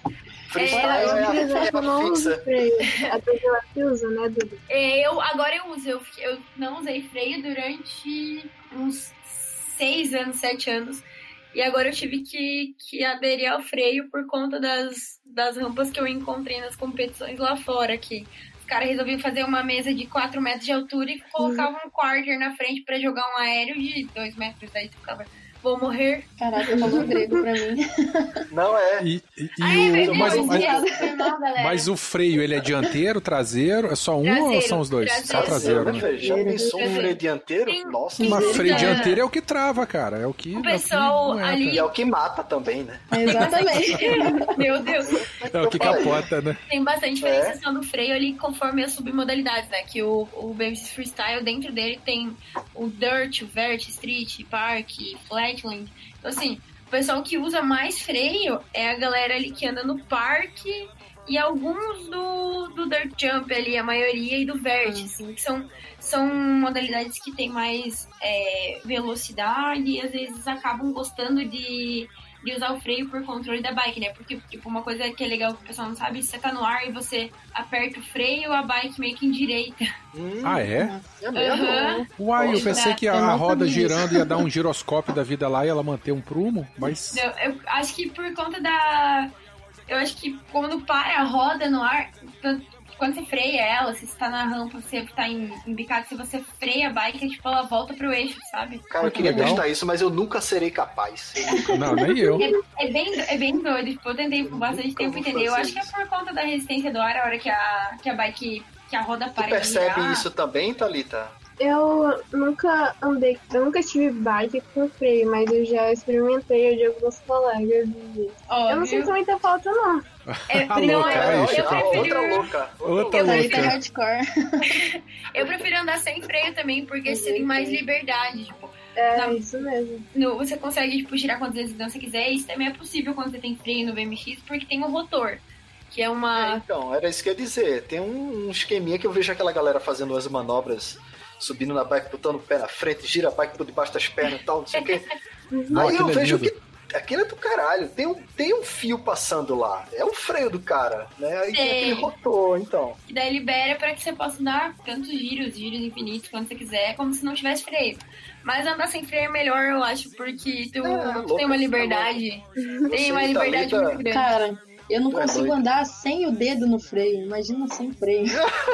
Freestyle é, Por é, exemplo, eu não uso fixa. freio. A Duda que usa, né, Duda? Eu, agora eu uso, eu, fiquei- eu não usei freio durante uns seis anos, sete anos. E agora eu tive que, que aderir ao freio por conta das, das rampas que eu encontrei nas competições lá fora aqui. Os caras resolviam fazer uma mesa de quatro metros de altura e colocavam um quarter na frente pra jogar um aéreo de dois metros. Daí tu ficava, vou morrer. Caraca, falou grego pra mim. Não é. E, e- e Ah, é o, verdade, mas, eu mas- esqueci, foi mal, galera. mas o freio, ele é dianteiro, traseiro? É só um ou Traseiro, são os dois? traseiro. Só traseiro, né, né? velho? Já pensou um Traseiro. freio dianteiro? Tem- Nossa. Mas Sim. freio É. dianteiro é o que trava, cara. É o que. O pessoal é o que ali- E é o que mata também, né? Exatamente. Meu Deus. É o que capota, né? Tem bastante diferenciação do freio ali conforme as submodalidades, né? Que o, o B M X Freestyle, dentro dele tem o Dirt, o Vert, Street, Park, Flatland. Então, assim, o pessoal que usa mais freio é a galera ali que anda no parque e alguns do, do Dirt Jump ali, a maioria, e do Vert, assim, que são, são modalidades que tem mais é, velocidade e às vezes acabam gostando de... de usar o freio por controle da bike, né? Porque, tipo, uma coisa que é legal que o pessoal não sabe, você tá no ar e você aperta o freio, a bike meio que endireita. Hum, Ah, é? é mesmo? Aham. Uai, eu Nossa, pensei que a, eu não a roda sabia girando ia dar um giroscópio da vida lá e ela manter um prumo, mas. Eu, eu acho que por conta da... Eu acho que quando para a roda no ar, tanto- quando você freia ela, se você tá na rampa, você tá em, embicado, se você freia a bike, tipo, ela volta pro eixo, sabe? Cara, eu Que queria legal. testar isso, mas eu nunca serei capaz. Não, nem eu. É, é bem, é bem doido, tipo, eu tentei por bastante Nunca tempo vou entender. Eu fazer acho que é isso. por conta da resistência do ar, a hora que a, que a bike, que a roda Tu para de percebe girar. isso também, Thalita? Eu nunca andei, eu nunca tive bike com freio, mas eu já experimentei de alguns colegas. E Ó, eu não viu? sinto muita falta, não. É, A não, louca, eu, aí, eu, Chico. prefiro, Outra louca. Outra eu Thalita louca. hardcore. eu prefiro andar sem freio também, porque você tem mais liberdade. Tipo, É Não. isso mesmo. no- você consegue tipo, girar quantas vezes você quiser. Isso também é possível quando você tem freio no B M X, porque tem o rotor, que é É, uma... então, era isso que eu ia dizer. Tem um, um esqueminha que eu vejo aquela galera fazendo as manobras, subindo na bike, botando o pé na frente, gira a bike por debaixo das pernas e tal, não sei o quê. Não, Aí eu aquilo é vejo lindo. que aquilo é do caralho. Tem um, tem um fio passando lá. É o freio do cara, né? Aí tem Sei. aquele rotor, então. que daí libera pra que você possa dar tantos giros, giros infinitos, quando você quiser, como se não tivesse freio. Mas andar sem freio é melhor, eu acho, porque tu, É, tu louca, tem uma tá liberdade. Você Tem uma e liberdade Thalita- muito grande. Cara, eu não Tu é consigo doido. andar sem o dedo no freio. Imagina sem freio.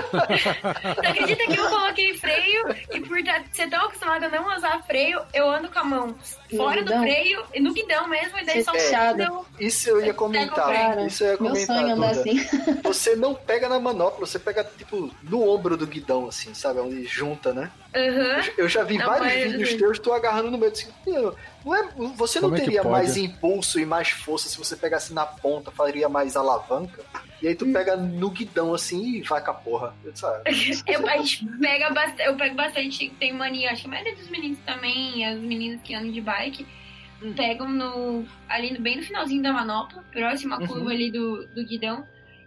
Você acredita que eu coloquei freio e por tá- ser tão acostumada a não usar freio, eu ando com a mão No fora do guidão? freio, no guidão mesmo, e daí só Fechada. guidão. Isso eu ia comentar. Cara, Isso eu ia meu comentar. sonho é andar Duda. assim. Você não pega na manopla, você pega, tipo, no ombro do guidão, assim, sabe? Onde junta, né? Aham. Eu já vi Não, vários mas- vídeos teus, tu agarrando no meio. Assim, não é, você não Como é que teria pode? mais impulso e mais força se você pegasse na ponta, faria mais alavanca? E aí tu pega no guidão, assim, e vai com a porra. Eu disse, ah, Eu, a gente pega bastante, eu pego bastante, tem mania, acho que a maioria dos meninos também, as meninas que andam de bike, Hum. pegam no, ali no- bem no finalzinho da manopla, próximo à Uhum. curva ali do, do guidão,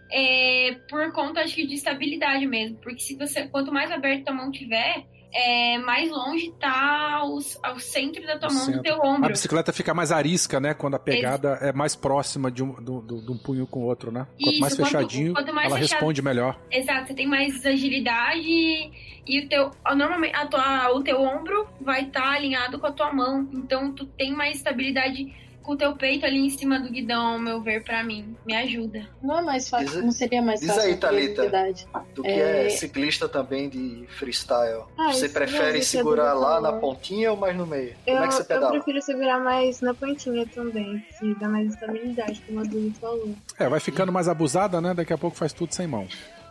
é, por conta, acho que, de estabilidade mesmo, porque se você, quanto mais aberto a mão tiver, é, mais longe tá ao, ao centro da tua O mão do centro. teu A ombro. bicicleta fica mais arisca, né? Quando a pegada é mais próxima de um, do, do- de um punho com o outro, né? Quanto Isso, mais quanto- fechadinho, quanto mais ela fechado- responde melhor. Exato, você tem mais agilidade e o teu, normalmente a tua, o teu ombro vai estar alinhado com a tua mão, então tu tem mais estabilidade com o teu peito ali em cima do guidão, ao meu ver, pra mim, me ajuda. Não é mais fácil, Diz- não seria mais diz fácil aí, a prioridade. tu que é... É. ciclista também de freestyle, Ah, você isso prefere mesmo, segurar isso é lá bom. na pontinha ou mais no meio? Eu, Como é que você eu pedala? prefiro segurar mais na pontinha também, que dá mais estabilidade, como a Duda falou. É, vai ficando mais abusada, né? Daqui a pouco faz tudo sem mão.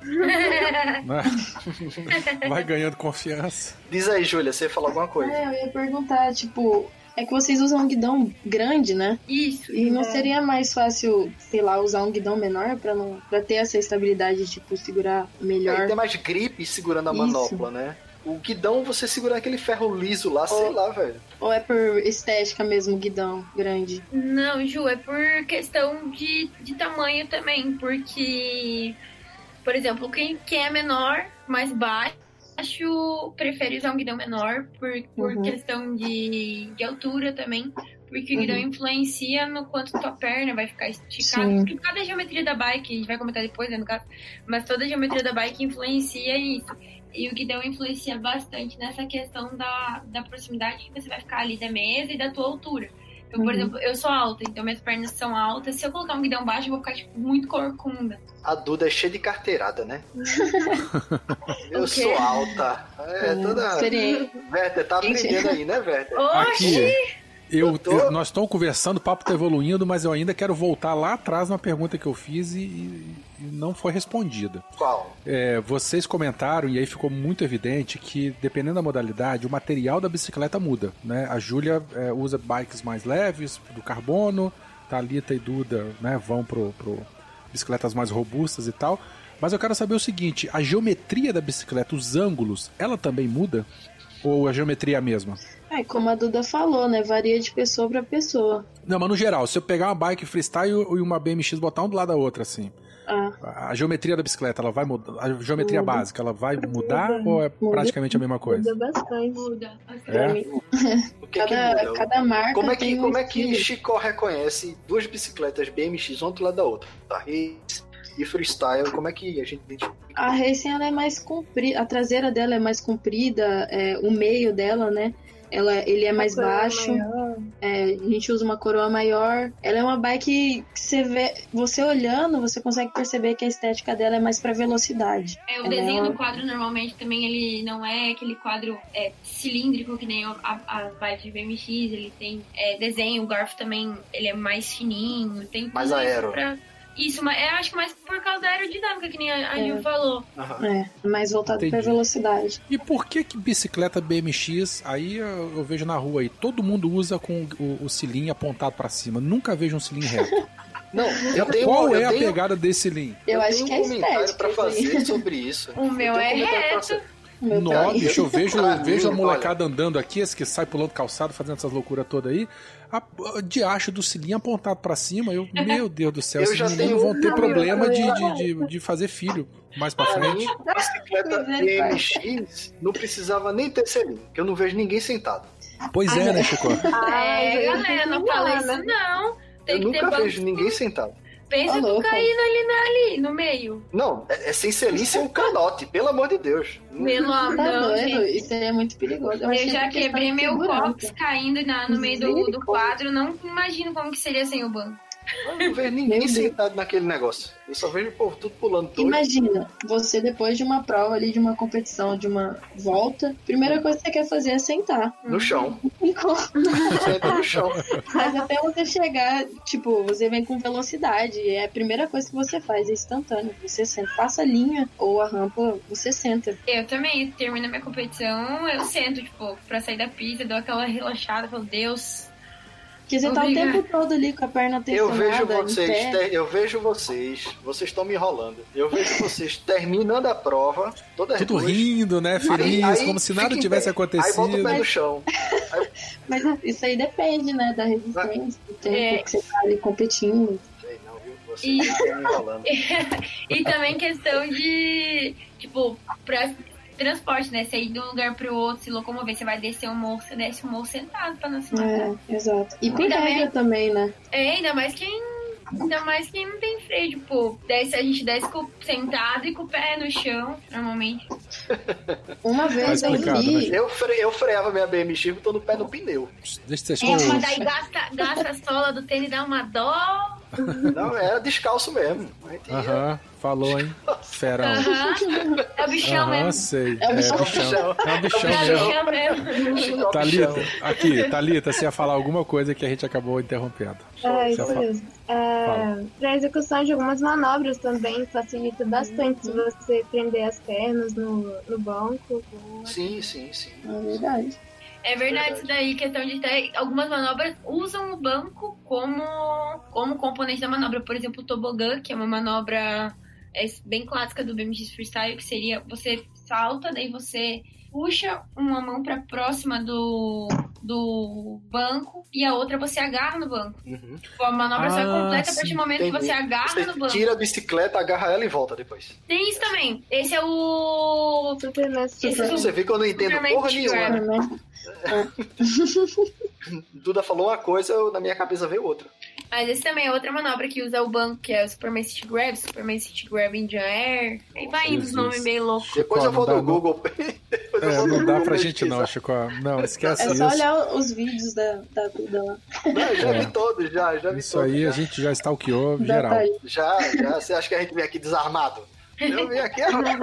Né? Vai ganhando confiança. Diz aí, Júlia, você ia falar alguma coisa? É, eu ia perguntar, tipo, é que vocês usam um guidão grande, né? Isso. E não É. seria mais fácil, sei lá, usar um guidão menor pra, não, pra ter essa estabilidade, tipo, segurar É, melhor? e tem mais gripe segurando a Isso. manopla, né? O guidão, você segura aquele ferro liso lá, sei Oh. lá, velho. Ou é por estética mesmo, guidão grande? Não, Ju, é por questão de, de tamanho também, porque, por exemplo, quem, quem é menor, mais baixo, prefere usar um guidão menor por, por Uhum. questão de, de altura também, Porque o guidão Uhum. influencia no quanto tua perna vai ficar esticada. Sim. Porque cada geometria da bike, a gente vai comentar depois, né, no caso, mas toda a geometria da bike influencia isso. E o guidão influencia bastante nessa questão da, da proximidade que você vai ficar ali da mesa e da tua altura. Eu, por Uhum. exemplo, eu sou alta, então minhas pernas são altas. Se eu colocar um guidão baixo, eu vou ficar, tipo, muito corcunda. A Duda é cheia de carteirada, né? Eu O quê? sou alta. É, Hum, toda... experiente. Werther, tá aprendendo aí, né, Werther? Oxi! Aqui, eu, Doutor? eu- nós estamos conversando, o papo está evoluindo, mas eu ainda quero voltar lá atrás na pergunta que eu fiz e, e- e não foi respondida. Qual? É, vocês comentaram, e aí ficou muito evidente, que dependendo da modalidade, o material da bicicleta muda, né? A Júlia é, usa bikes mais leves, do carbono, Thalita e Duda, né, vão pro, pro bicicletas mais robustas e tal. Mas eu quero saber o seguinte, a geometria da bicicleta, os ângulos, ela também muda? Ou a geometria é a mesma? É, como a Duda falou, né? Varia de pessoa pra pessoa. Não, mas no geral, se eu pegar uma bike freestyle e uma B M X, botar um do lado da outra, assim, Ah, a geometria da bicicleta, ela vai mudar? A geometria Muda. básica, ela vai mudar Muda. ou é Muda. praticamente a mesma coisa? Muda bastante. Muda. pra É? mim, O que cada, que muda? cada marca Como é tem que, um como é que estilo. Chicó reconhece duas bicicletas B M X, uma do lado da outra? Tá? Race e freestyle, como é que a gente identifica? A Racing, ela é mais comprida, a traseira dela é mais comprida, é, o meio dela, né? Ela, ele é mais Coroa baixo, maior. é, a gente usa uma coroa maior. Ela é uma bike que você vê, você olhando, você consegue perceber que a estética dela é mais pra velocidade. É, o Ela desenho é uma- do quadro normalmente também ele não é aquele quadro é, cilíndrico que nem a- a- as bikes de B M X, ele tem é, desenho, o garfo também ele é mais fininho, tem tudo Mais isso aero. pra- Isso, mas eu acho que mais por causa da aerodinâmica, que nem a, a É. Gil falou. Aham. É, mais voltado Entendi. pra velocidade. E por que que bicicleta B M X, aí eu, eu vejo na rua aí, todo mundo usa com o, o cilinho apontado pra cima, nunca vejo um cilinho reto. Não, eu tenho, Qual eu é a tenho, pegada desse cilinho? Eu, eu acho tenho que um é comentário estética. pra isso aí. fazer sobre isso. O meu Eu é tenho um comentário pra reto. fazer. O meu Nó, também. bicho, eu vejo, Pra eu vejo a mim, molecada andando aqui, esse que sai pulando calçado, fazendo essas loucuras todas aí, a, a diacho do cilinho apontado pra cima, eu, meu Deus do céu, Eu esses já meninos tenho vão ter um problema de, amigo. de, de, de fazer filho mais pra Pra frente. mim, bicicleta B M X não precisava nem ter selinho, porque eu não vejo ninguém sentado. Pois é, né, Chico? Ai, É, eu galera, não tenho fala nada. isso não. Tem Eu que ter nunca banco. vejo ninguém sentado. Pensa Tá tu louco. caindo ali, na- ali no meio. Não, é, é sem selinho, sem um canote, pelo amor de Deus. Pelo amor Tá não, doido? gente. Isso aí é muito perigoso. Eu acho que é já por questão quebrei de meu segurança. cox caindo na- no meio do, do Misericórdia. quadro. Não imagino como que seria sem o banco. Eu não vejo ninguém Meu Deus. sentado naquele negócio. Eu só vejo o povo tudo pulando doido. Imagina, você depois de uma prova ali, de uma competição, de uma volta, a primeira coisa que você quer fazer é sentar. No chão. Senta no chão. Mas até você chegar, tipo, você vem com velocidade. É a primeira coisa que você faz, é instantâneo. Você senta, passa a linha ou a rampa, você senta. Eu também, termino a minha competição, eu sento, tipo, pra sair da pista, dou aquela relaxada, falo, Deus. Porque você tá o Obrigada. tempo todo ali com a perna Eu tensionada, vejo vocês, em pé. ter- eu vejo vocês, vocês estão me enrolando. Eu vejo vocês terminando a prova, todas Tudo duas. rindo, né, feliz, Aí- aí como se nada fica em tivesse pé. acontecido. Aí volta o pé no chão. Mas isso aí depende, né, da resistência, do tempo É. que você tá ali competindo. Sei não, viu? Vocês E- estão me enrolando. E também questão de, tipo, pra transporte, né? Você ir de um lugar pro outro, se locomover, você vai descer um morro, você desce um morro sentado pra não se matar. É, exato. E por Ainda regra bem- também, né? É, ainda mais quem. Ainda mais quem não tem freio, tipo, desce, a gente desce com, sentado e com o pé no chão, normalmente. Uma vez eu explicado, vi... né? Eu, fre, eu freava minha B M X botando o pé no pneu. Deixa de ser É, mas escroto. daí gasta, gasta a sola do tênis e dá uma dó. Não, era descalço mesmo. A gente ia- Aham, falou, hein? Ferão. Aham. É o bichão Aham, mesmo. sei. É o bichão. É o bichão. É o É o bichão mesmo. bichão mesmo. Chico Thalita, bichão. aqui, Thalita, você ia falar alguma coisa que a gente acabou interrompendo. Ah, Você ia isso falar. mesmo. É, para a execução de algumas manobras também facilita bastante se você prender as pernas no, no banco. Sim, sim, sim. É verdade. É verdade isso daí, questão de ter. Algumas manobras usam o banco como, como componente da manobra. Por exemplo, o tobogã, que é uma manobra é, bem clássica do B M X Freestyle, que seria você salta, daí você puxa uma mão pra próxima do, do banco e a outra você agarra no banco. Uhum. Tipo, a manobra só é Ah, completa a partir sim. do momento que Entendi. você agarra Você no banco. tira a bicicleta, agarra ela e volta depois. Tem isso também. Esse é o. Superman Esse é Você vê que eu não entendo Superman porra T-Rex. nenhuma. né? Duda falou uma coisa, eu, na minha cabeça veio outra. Mas esse também é outra manobra que usa o banco, que é o Superman City Grab, Superman City Grab Indian Air. Aí vai indo os nomes meio loucos. Depois eu vou no Google. É, não dá pra gente não, Chico. Não, esquece isso. É só olhar os vídeos da, da Duda lá. Não, já vi todos, já, já vi isso todos. Isso aí já. a gente já stalkeou geral. Já, já. Você acha que a gente vem aqui desarmado? Eu vim aqui armado.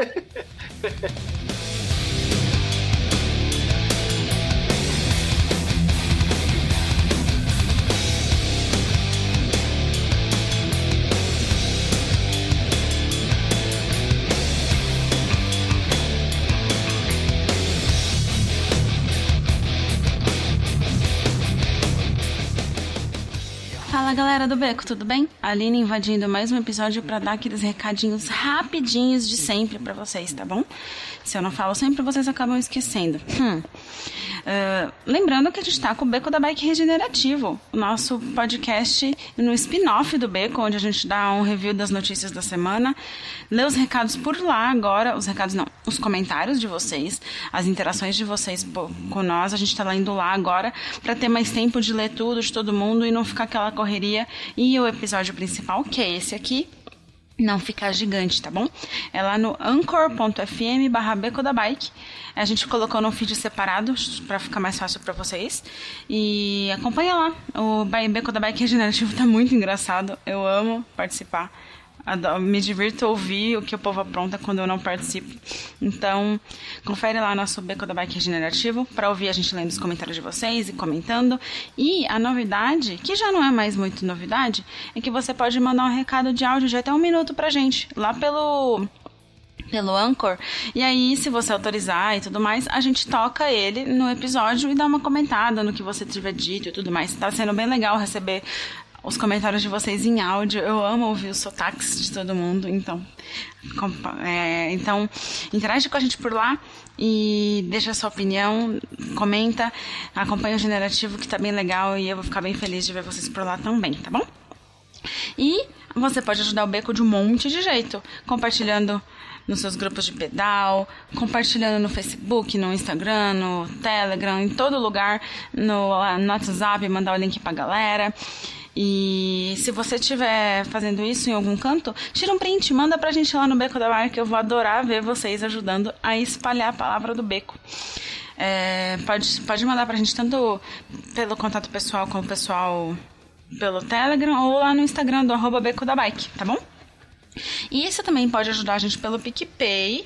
Fala galera do Beco, tudo bem? A Aline invadindo mais um episódio pra dar aqueles recadinhos rapidinhos de sempre pra vocês, tá bom? Se eu não falo sempre, vocês acabam esquecendo. Hum. Uh, lembrando que a gente tá com o Beco da Bike Regenerativo, o nosso podcast no spin-off do Beco, onde a gente dá um review das notícias da semana, lê os recados por lá agora, os recados não, os comentários de vocês, as interações de vocês com nós, a gente tá indo lá agora pra ter mais tempo de ler tudo de todo mundo e não ficar aquela correria. E o episódio principal, que é esse aqui, não ficar gigante, tá bom? É lá no anchor.fm barra Beco da Bike. A gente colocou num feed separado pra ficar mais fácil pra vocês. E acompanha lá. O Beco da Bike Regenerativo tá muito engraçado. Eu amo participar. Me divirto ouvir o que o povo apronta quando eu não participo. Então, confere lá nosso Beco da Bike Regenerativo para ouvir a gente lendo os comentários de vocês e comentando. E a novidade, que já não é mais muito novidade, é que você pode mandar um recado de áudio de até um minuto pra gente, lá pelo... pelo Anchor, e aí se você autorizar e tudo mais, a gente toca ele no episódio e dá uma comentada no que você tiver dito e tudo mais. Tá sendo bem legal receber os comentários de vocês em áudio. Eu amo ouvir os sotaques de todo mundo, então é, então interage com a gente por lá e deixa a sua opinião, comenta, acompanha o Generativo, que tá bem legal, e eu vou ficar bem feliz de ver vocês por lá também, tá bom? E você pode ajudar o Beco de um monte de jeito, compartilhando nos seus grupos de pedal, compartilhando no Facebook, no Instagram, no Telegram, em todo lugar, no, no WhatsApp, mandar o link pra galera. E se você estiver fazendo isso em algum canto, tira um print, manda pra gente lá no Beco da Bike, que eu vou adorar ver vocês ajudando a espalhar a palavra do Beco. É, pode, pode mandar pra gente tanto pelo contato pessoal como pessoal pelo Telegram ou lá no Instagram do arroba Beco da Bike, tá bom? E você também pode ajudar a gente pelo PicPay,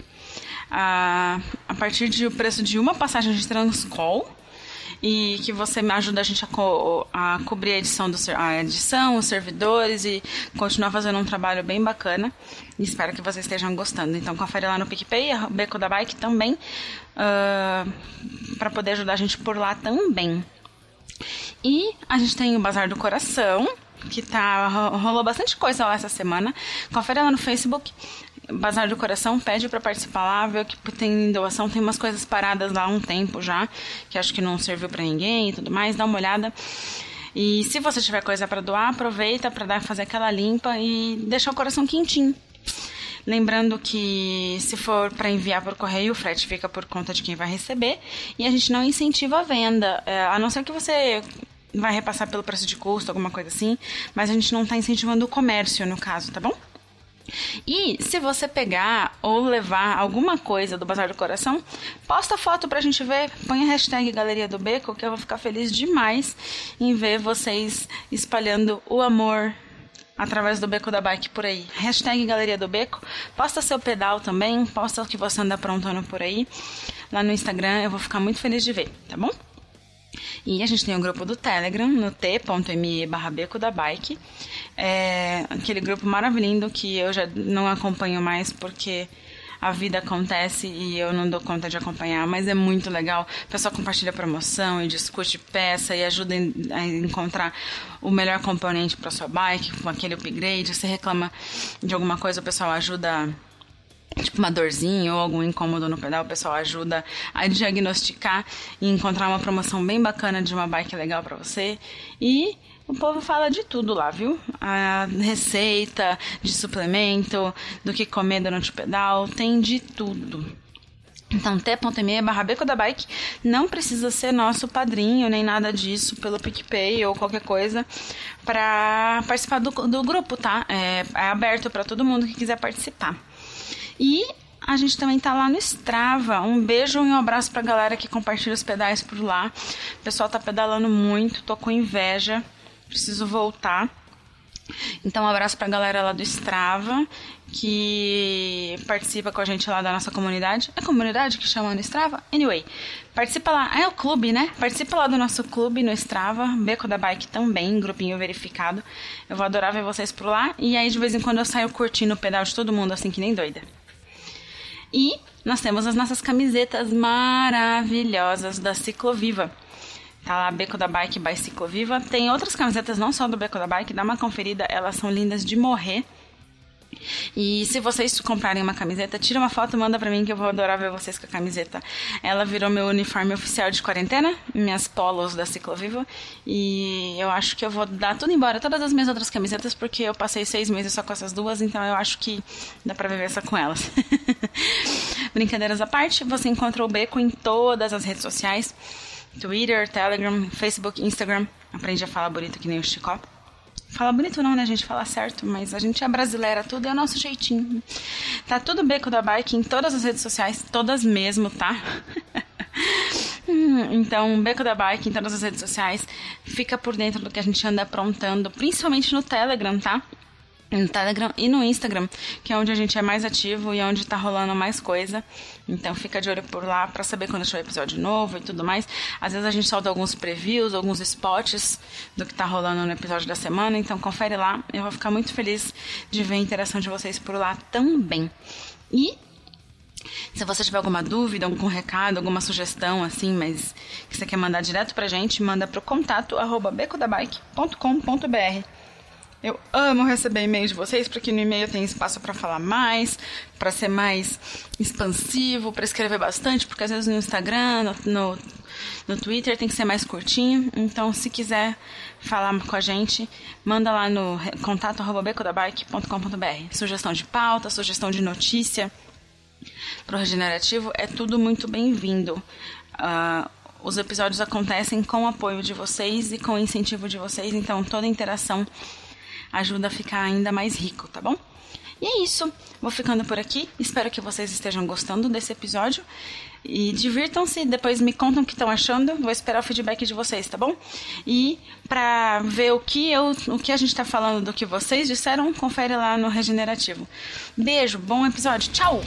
a, a partir do preço de uma passagem de Transcol, e que você ajuda a gente a, co- a cobrir a edição, do, a edição, os servidores e continuar fazendo um trabalho bem bacana. E espero que vocês estejam gostando. Então confere lá no PicPay, a Beco da Bike também, uh, para poder ajudar a gente por lá também. E a gente tem o Bazar do Coração, que tá, rolou bastante coisa lá essa semana. Confere lá no Facebook, Bazar do Coração, pede pra participar lá, vê que tem doação, tem umas coisas paradas lá há um tempo já, que acho que não serviu pra ninguém e tudo mais, dá uma olhada. E se você tiver coisa pra doar, aproveita pra dar, fazer aquela limpa e deixar o coração quentinho. Lembrando que se for para enviar por correio, o frete fica por conta de quem vai receber, e a gente não incentiva a venda, é, a não ser que você vai repassar pelo preço de custo, alguma coisa assim, mas a gente não está incentivando o comércio no caso, tá bom? E se você pegar ou levar alguma coisa do Bazar do Coração, posta foto pra gente ver, põe a hashtag Galeria do Beco, que eu vou ficar feliz demais em ver vocês espalhando o amor através do Beco da Bike por aí. Hashtag Galeria do Beco, posta seu pedal também, posta o que você anda aprontando por aí, lá no Instagram, eu vou ficar muito feliz de ver, tá bom? E a gente tem um grupo do Telegram, no t.me barra Beco da Bike. É aquele grupo maravilhoso que eu já não acompanho mais porque a vida acontece e eu não dou conta de acompanhar, mas é muito legal. O pessoal compartilha promoção e discute peça e ajuda a encontrar o melhor componente para sua bike, com aquele upgrade. Você reclama de alguma coisa, o pessoal ajuda, tipo uma dorzinha ou algum incômodo no pedal, o pessoal ajuda a diagnosticar e encontrar uma promoção bem bacana de uma bike legal pra você. E o povo fala de tudo lá, viu? A receita de suplemento, do que comer durante o pedal, tem de tudo. Então, t.me barra Beco da Bike. Não precisa ser nosso padrinho, nem nada disso, pelo PicPay ou qualquer coisa, para participar do, do grupo, tá? É, é aberto para todo mundo que quiser participar. E a gente também tá lá no Strava. Um beijo e um abraço pra galera que compartilha os pedais por lá. O pessoal tá pedalando muito, tô com inveja, preciso voltar. Então, um abraço pra galera lá do Strava, que participa com a gente lá da nossa comunidade. É comunidade que chama no Strava? Anyway, participa lá. Ah, é o clube, né? Participa lá do nosso clube no Strava, Beco da Bike também, grupinho verificado. Eu vou adorar ver vocês por lá. E aí, de vez em quando, eu saio curtindo o pedal de todo mundo, assim que nem doida. E nós temos as nossas camisetas maravilhosas da Cicloviva. Tá lá, Beco da Bike by Cicloviva. Tem outras camisetas, não só do Beco da Bike, dá uma conferida, elas são lindas de morrer. E se vocês comprarem uma camiseta, tira uma foto e manda pra mim que eu vou adorar ver vocês com a camiseta. Ela virou meu uniforme oficial de quarentena, minhas polos da Cicloviva. E eu acho que eu vou dar tudo embora, todas as minhas outras camisetas, porque eu passei seis meses só com essas duas, então eu acho que dá pra viver só com elas. Brincadeiras à parte, você encontra o Beco em todas as redes sociais. Twitter, Telegram, Facebook, Instagram. Aprendi a falar bonito que nem o Chicó. Fala bonito não, né? A gente fala certo, mas a gente é brasileira, tudo é o nosso jeitinho. Tá tudo Beco da Bike em todas as redes sociais, todas mesmo, tá? Então, Beco da Bike em todas as redes sociais. Fica por dentro do que a gente anda aprontando, principalmente no Telegram, tá? No Telegram e no Instagram, que é onde a gente é mais ativo e onde tá rolando mais coisa. Então fica de olho por lá pra saber quando achar o episódio novo e tudo mais. Às vezes a gente solta alguns previews, alguns spots do que tá rolando no episódio da semana. Então confere lá, eu vou ficar muito feliz de ver a interação de vocês por lá também. E se você tiver alguma dúvida, algum recado, alguma sugestão assim, mas que você quer mandar direto pra gente, manda pro contato arroba beco da bike ponto com ponto b r. Eu amo receber e-mail de vocês, porque no e-mail tem espaço para falar mais, para ser mais expansivo, para escrever bastante, porque às vezes no Instagram, no, no, no Twitter tem que ser mais curtinho. Então, se quiser falar com a gente, manda lá no contato arroba beco da bike ponto com ponto b r. Sugestão de pauta, sugestão de notícia pro Regenerativo, é tudo muito bem-vindo. Uh, os episódios acontecem com o apoio de vocês e com o incentivo de vocês, então toda interação ajuda a ficar ainda mais rico, tá bom? E é isso. Vou ficando por aqui. Espero que vocês estejam gostando desse episódio. E divirtam-se. Depois me contam o que estão achando. Vou esperar o feedback de vocês, tá bom? E pra ver o que, eu, o que a gente tá falando do que vocês disseram, confere lá no Regenerativo. Beijo, bom episódio. Tchau!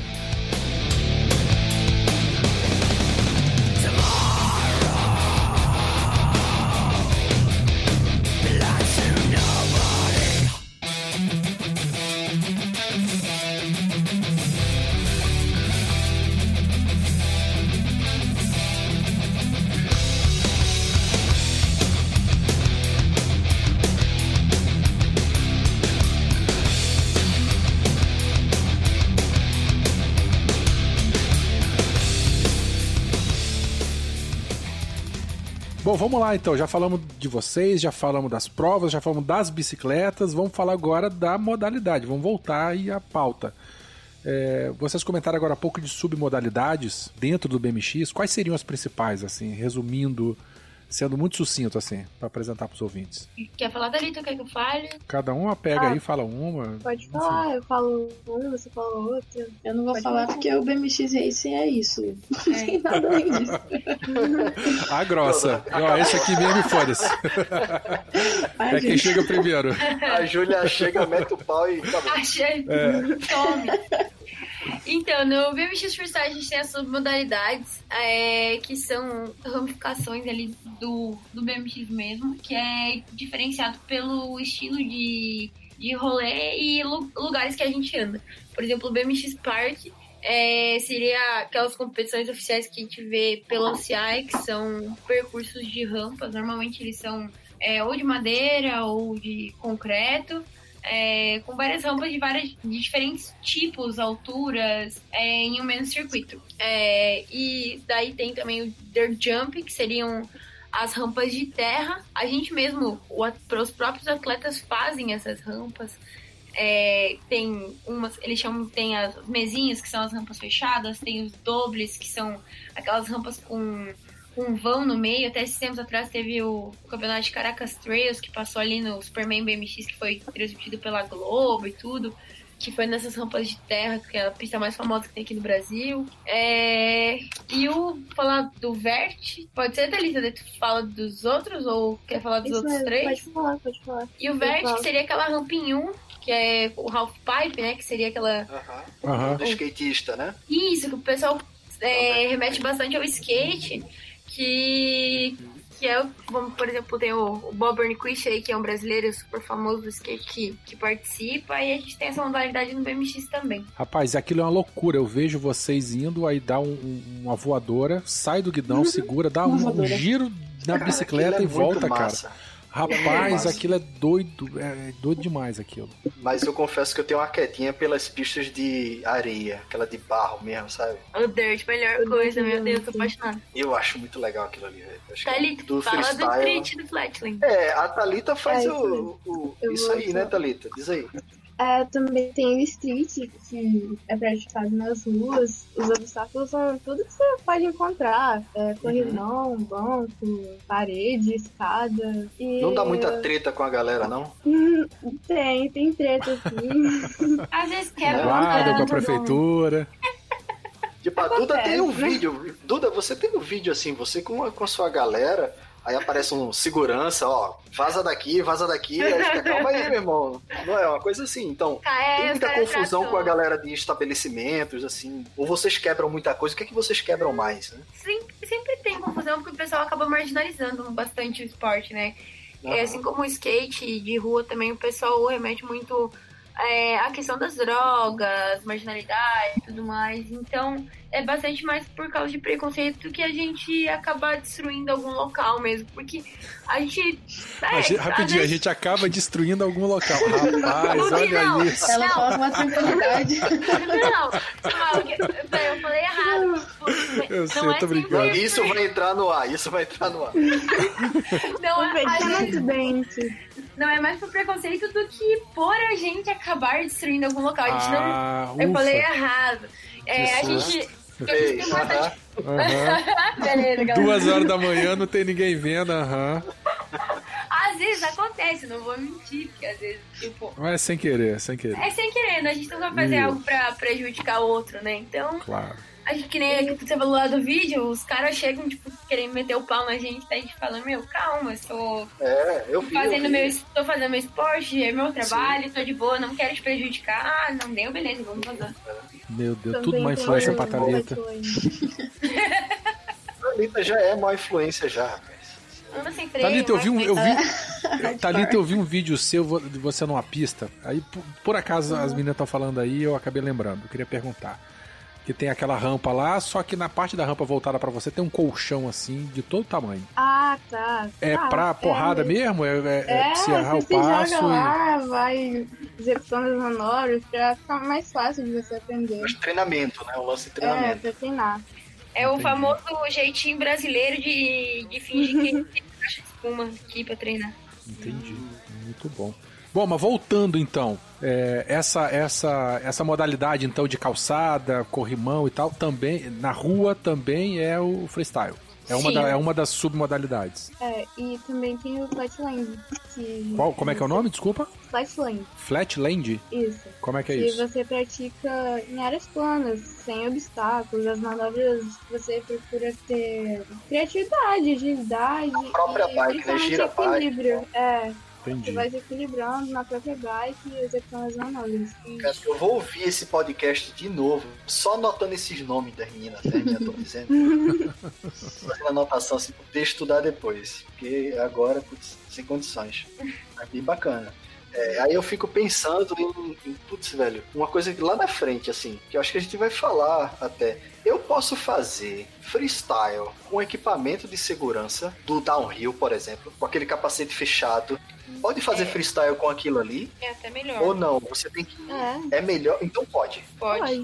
Bom, vamos lá então, já falamos de vocês, já falamos das provas, já falamos das bicicletas, vamos falar agora da modalidade, vamos voltar aí à pauta. É, vocês comentaram agora há pouco de submodalidades dentro do B M X, quais seriam as principais, assim, resumindo, sendo muito sucinto, assim, para apresentar para os ouvintes? Quer falar, Thalita? Quer que eu fale? Cada uma pega Ah, aí, fala uma. Pode falar, eu falo uma, você fala outra. Eu não vou Pode falar falar. porque o B M X Racing é isso. Não tem nada além disso. A grossa. Ó, esse aqui mesmo, foda-se. Ai, É quem gente. chega primeiro. A Júlia chega, mete o pau e acabou. Achei. Tome. Então, no B M X Freestyle a gente tem as submodalidades, é, que são ramificações ali do, do B M X mesmo, que é diferenciado pelo estilo de, de rolê e lu- lugares que a gente anda. Por exemplo, o B M X Park é, seria aquelas competições oficiais que a gente vê pela O C I, que são percursos de rampas. Normalmente eles são é, ou de madeira ou de concreto. É, com várias rampas de, várias, de diferentes tipos, alturas, é, em um mesmo circuito. É, e daí tem também o Dirt Jump, que seriam as rampas de terra. A gente mesmo, o, os próprios atletas fazem essas rampas. É, tem umas, eles chamam, tem as mesinhas, que são as rampas fechadas, tem os dobles, que são aquelas rampas com, com um vão no meio. Até esses tempos atrás teve o, o campeonato de Caracas Trails, que passou ali no Superman B M X, que foi transmitido pela Globo e tudo, que foi nessas rampas de terra, que é a pista mais famosa que tem aqui no Brasil. É... E o falar do Vert, pode ser, Thalita, tu fala dos outros ou quer falar dos Isso outros mesmo, três? Pode falar, pode falar. E o Vert, que seria aquela rampinha um, que é o half pipe, né? Que seria aquela... Aham. Aham. Do skatista, né? Isso, que o pessoal é, remete bastante ao skate, que... Que é, vamos, por exemplo, tem o, o Bob Burnquist aí, que é um brasileiro super famoso do skate que, que participa, e a gente tem essa modalidade no B M X também. Rapaz, aquilo é uma loucura. Eu vejo vocês indo, aí dá um, um, uma voadora, sai do guidão, segura, dá um, um giro na bicicleta Aquilo e é muito volta, massa. cara. Rapaz, aquilo é doido, é doido demais aquilo. Mas eu confesso que eu tenho uma quietinha pelas pistas de areia, aquela de barro mesmo, sabe? O Dirt, melhor O coisa, Dirt, meu Deus, tô sim. apaixonada. Eu acho muito legal aquilo ali, velho. Acho que Thalita, do fala do freestyle. street do Flatland. É, a Thalita faz É, isso o, mesmo. o- Eu isso vou aí, né, falar. Thalita? Diz aí. É, também tem o street, que é praticado nas ruas. Os obstáculos são tudo que você pode encontrar. É, corrimão, banco, parede, escada. E... Não dá muita treta com a galera, não? Tem, tem treta, assim. Às vezes quebra Guarda uma com a prefeitura. Tipo, a Duda Acontece. tem um vídeo. Duda, você tem um vídeo assim, você com a, com a sua galera, aí aparece um segurança, ó, vaza daqui, vaza daqui, aí fica, calma aí, meu irmão. Não é uma coisa assim, então. É, Tem os muita caras confusão tratam- com a galera de estabelecimentos, assim. Ou vocês quebram muita coisa, o que é que vocês quebram mais, né? Sempre, sempre tem confusão, porque o pessoal acaba marginalizando bastante o esporte, né? É, assim como o skate de rua também, o pessoal remete muito é, à questão das drogas, marginalidade e tudo mais. Então, é bastante mais por causa de preconceito do que a gente acabar destruindo algum local mesmo. Porque a gente... É, A gente- às rapidinho, a vezes- gente acaba destruindo algum local. Rapaz, Não, olha isso. Ela Não. fala com uma tranquilidade. Não, Samuel, eu eu falei errado. Eu Não sei, é eu tô brincando. sempre- Isso vai entrar no ar, isso vai entrar no ar. Não, Um é, pequeno a gente- acidente. não é mais por preconceito do que por a gente acabar destruindo algum local. A gente não. Ah, Eu ufa. falei errado. É, a susto. gente. A gente Ei, tem bastante. Aham. Beleza, galera. Duas horas da manhã, não tem ninguém vendo, aham. Às vezes acontece, não vou mentir, porque às vezes, tipo. Mas é sem querer, sem querer. É sem querer, né? A gente não vai fazer Isso. algo pra prejudicar o outro, né? Então, Claro. a gente, que nem que você falou lá do vídeo, os caras chegam, tipo, querendo meter o pau na gente, tá? A gente fala, meu, calma, eu estou É, eu vi. fazendo eu meu, vi. tô fazendo meu esporte, é meu trabalho, tô de boa, não quero te prejudicar. Ah, não deu, beleza, vamos vazar. Meu Deus, Também tudo uma tem influência o pra Thalita. Flatland. A Thalita já é má influência já, rapaz. Anda sem freio. Thalita, eu vi um, eu vai- vi, Thalita, eu vi um vídeo seu, vo- de você numa pista. Aí, por, por acaso, as meninas estão falando aí, eu acabei lembrando. Eu queria perguntar. Que tem aquela rampa lá, só que na parte da rampa voltada pra você tem um colchão assim, de todo tamanho. Ah, tá. É Ah, pra porrada é, mesmo? É, é, é É, se errar o você se passo joga e... lá, vai executando as manobras pra ficar mais fácil de você aprender. Mas treinamento, né? O lance de É, treinamento. pra treinar. É o Entendi. famoso jeitinho brasileiro de, de fingir que tem caixa de espuma aqui pra treinar. Entendi. Muito bom. Bom, mas voltando então, é, essa, essa, essa modalidade então de calçada, corrimão e tal, também, na rua também é o freestyle. É uma, Sim. da, é uma das submodalidades. É, e também tem o Flatland. Que Qual, como é que é o nome? Desculpa? Flatland, Flatland? isso. Como é que é Que isso? você pratica em áreas planas, sem obstáculos. As manobras você procura ter criatividade, agilidade. A própria e bike, né? principalmente Gira a bike. equilíbrio. É, você Entendi. vai se equilibrando na própria bike e executando as manobras. Cara, eu vou ouvir esse podcast de novo, só anotando esses nomes das meninas, né? Já tô dizendo. Fazendo anotação assim, pra poder estudar depois. Porque agora, putz, sem condições. É bem bacana. É, aí eu fico pensando em, em, putz, velho, uma coisa que lá na frente, assim, que eu acho que a gente vai falar até. Eu posso fazer freestyle com equipamento de segurança do downhill, por exemplo, com aquele capacete fechado. Pode fazer É. freestyle com aquilo ali? É até melhor. Ou não? Você tem que. É, É melhor. Então pode. Pode. pode.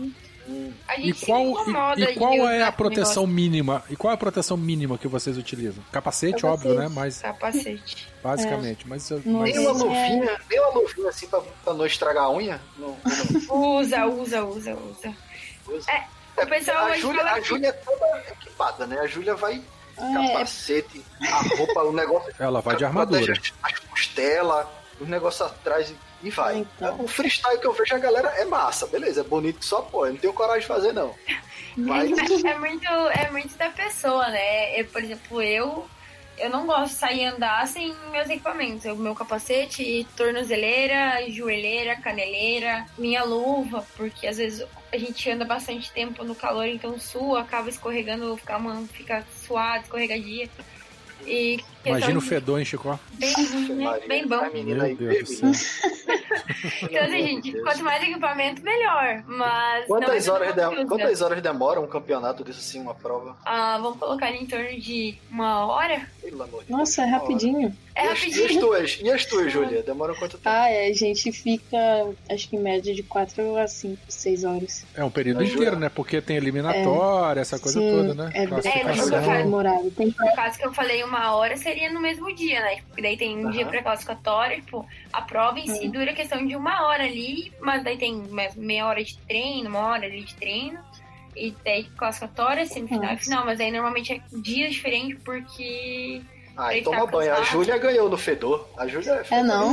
A E gente qual, se incomoda e, e qual de é usar a proteção negócio. mínima? E qual é a proteção mínima que vocês utilizam? Capacete, Capacete. óbvio, né? Mas Capacete. basicamente. Mas, Não mas- Nem uma Esse é- luvinha, nem uma luvinha assim pra, pra não estragar a unha? Não, não. Usa, usa, usa, usa. Usa. É, o pessoal a hoje Júlia, fala a que- Júlia é toda equipada, né? A Júlia vai É, capacete, a roupa, o negócio. Ela vai de protege armadura. As, as costelas, os negócios atrás e, e vai. Então. O freestyle que eu vejo a galera é massa, beleza, é bonito que só apoia. Não tenho coragem de fazer, não. Mas É muito, é muito da pessoa, né? Eu, por exemplo, eu, eu não gosto de sair andar sem meus equipamentos. O meu capacete, tornozeleira, joelheira, caneleira, minha luva, porque às vezes a gente anda bastante tempo no calor, então sua, acaba escorregando, fica, a mão fica suada, escorregadia. E questão imagina o de- fedor, hein, Chico? Bem, né? Maria, Bem bom. a menina Meu aí Deus do bebe. céu. Então, assim, gente, quanto mais equipamento, melhor. Mas. não é Quantas todo horas, mundo de, usa. quantas horas demora um campeonato disso assim, uma prova? Ah, vamos colocar em torno de uma hora? Pelo amor de Nossa, é Deus, uma hora. rapidinho. É E as, e as rapidinho. tuas? E as tuas, Júlia? Demoram quanto tempo? Ah, é, a gente fica, acho que em média de quatro a cinco, seis horas. É um período Ajuda. inteiro, né? Porque tem eliminatória, essa coisa Sim, toda, né? é bem Classificação. é demorado. Tem No caso que eu falei uma hora, seria no mesmo dia, né? Porque daí tem um Aham. dia pré-classificatório, tipo, a prova em si dura questão de uma hora ali, mas daí tem mais meia hora de treino, uma hora ali de treino, e daí classificatória, semifinal e Nossa. final, mas aí normalmente é dias diferentes porque. Ai, Ele toma tá banho. A cansado. Júlia ganhou no fedor. A Júlia É não?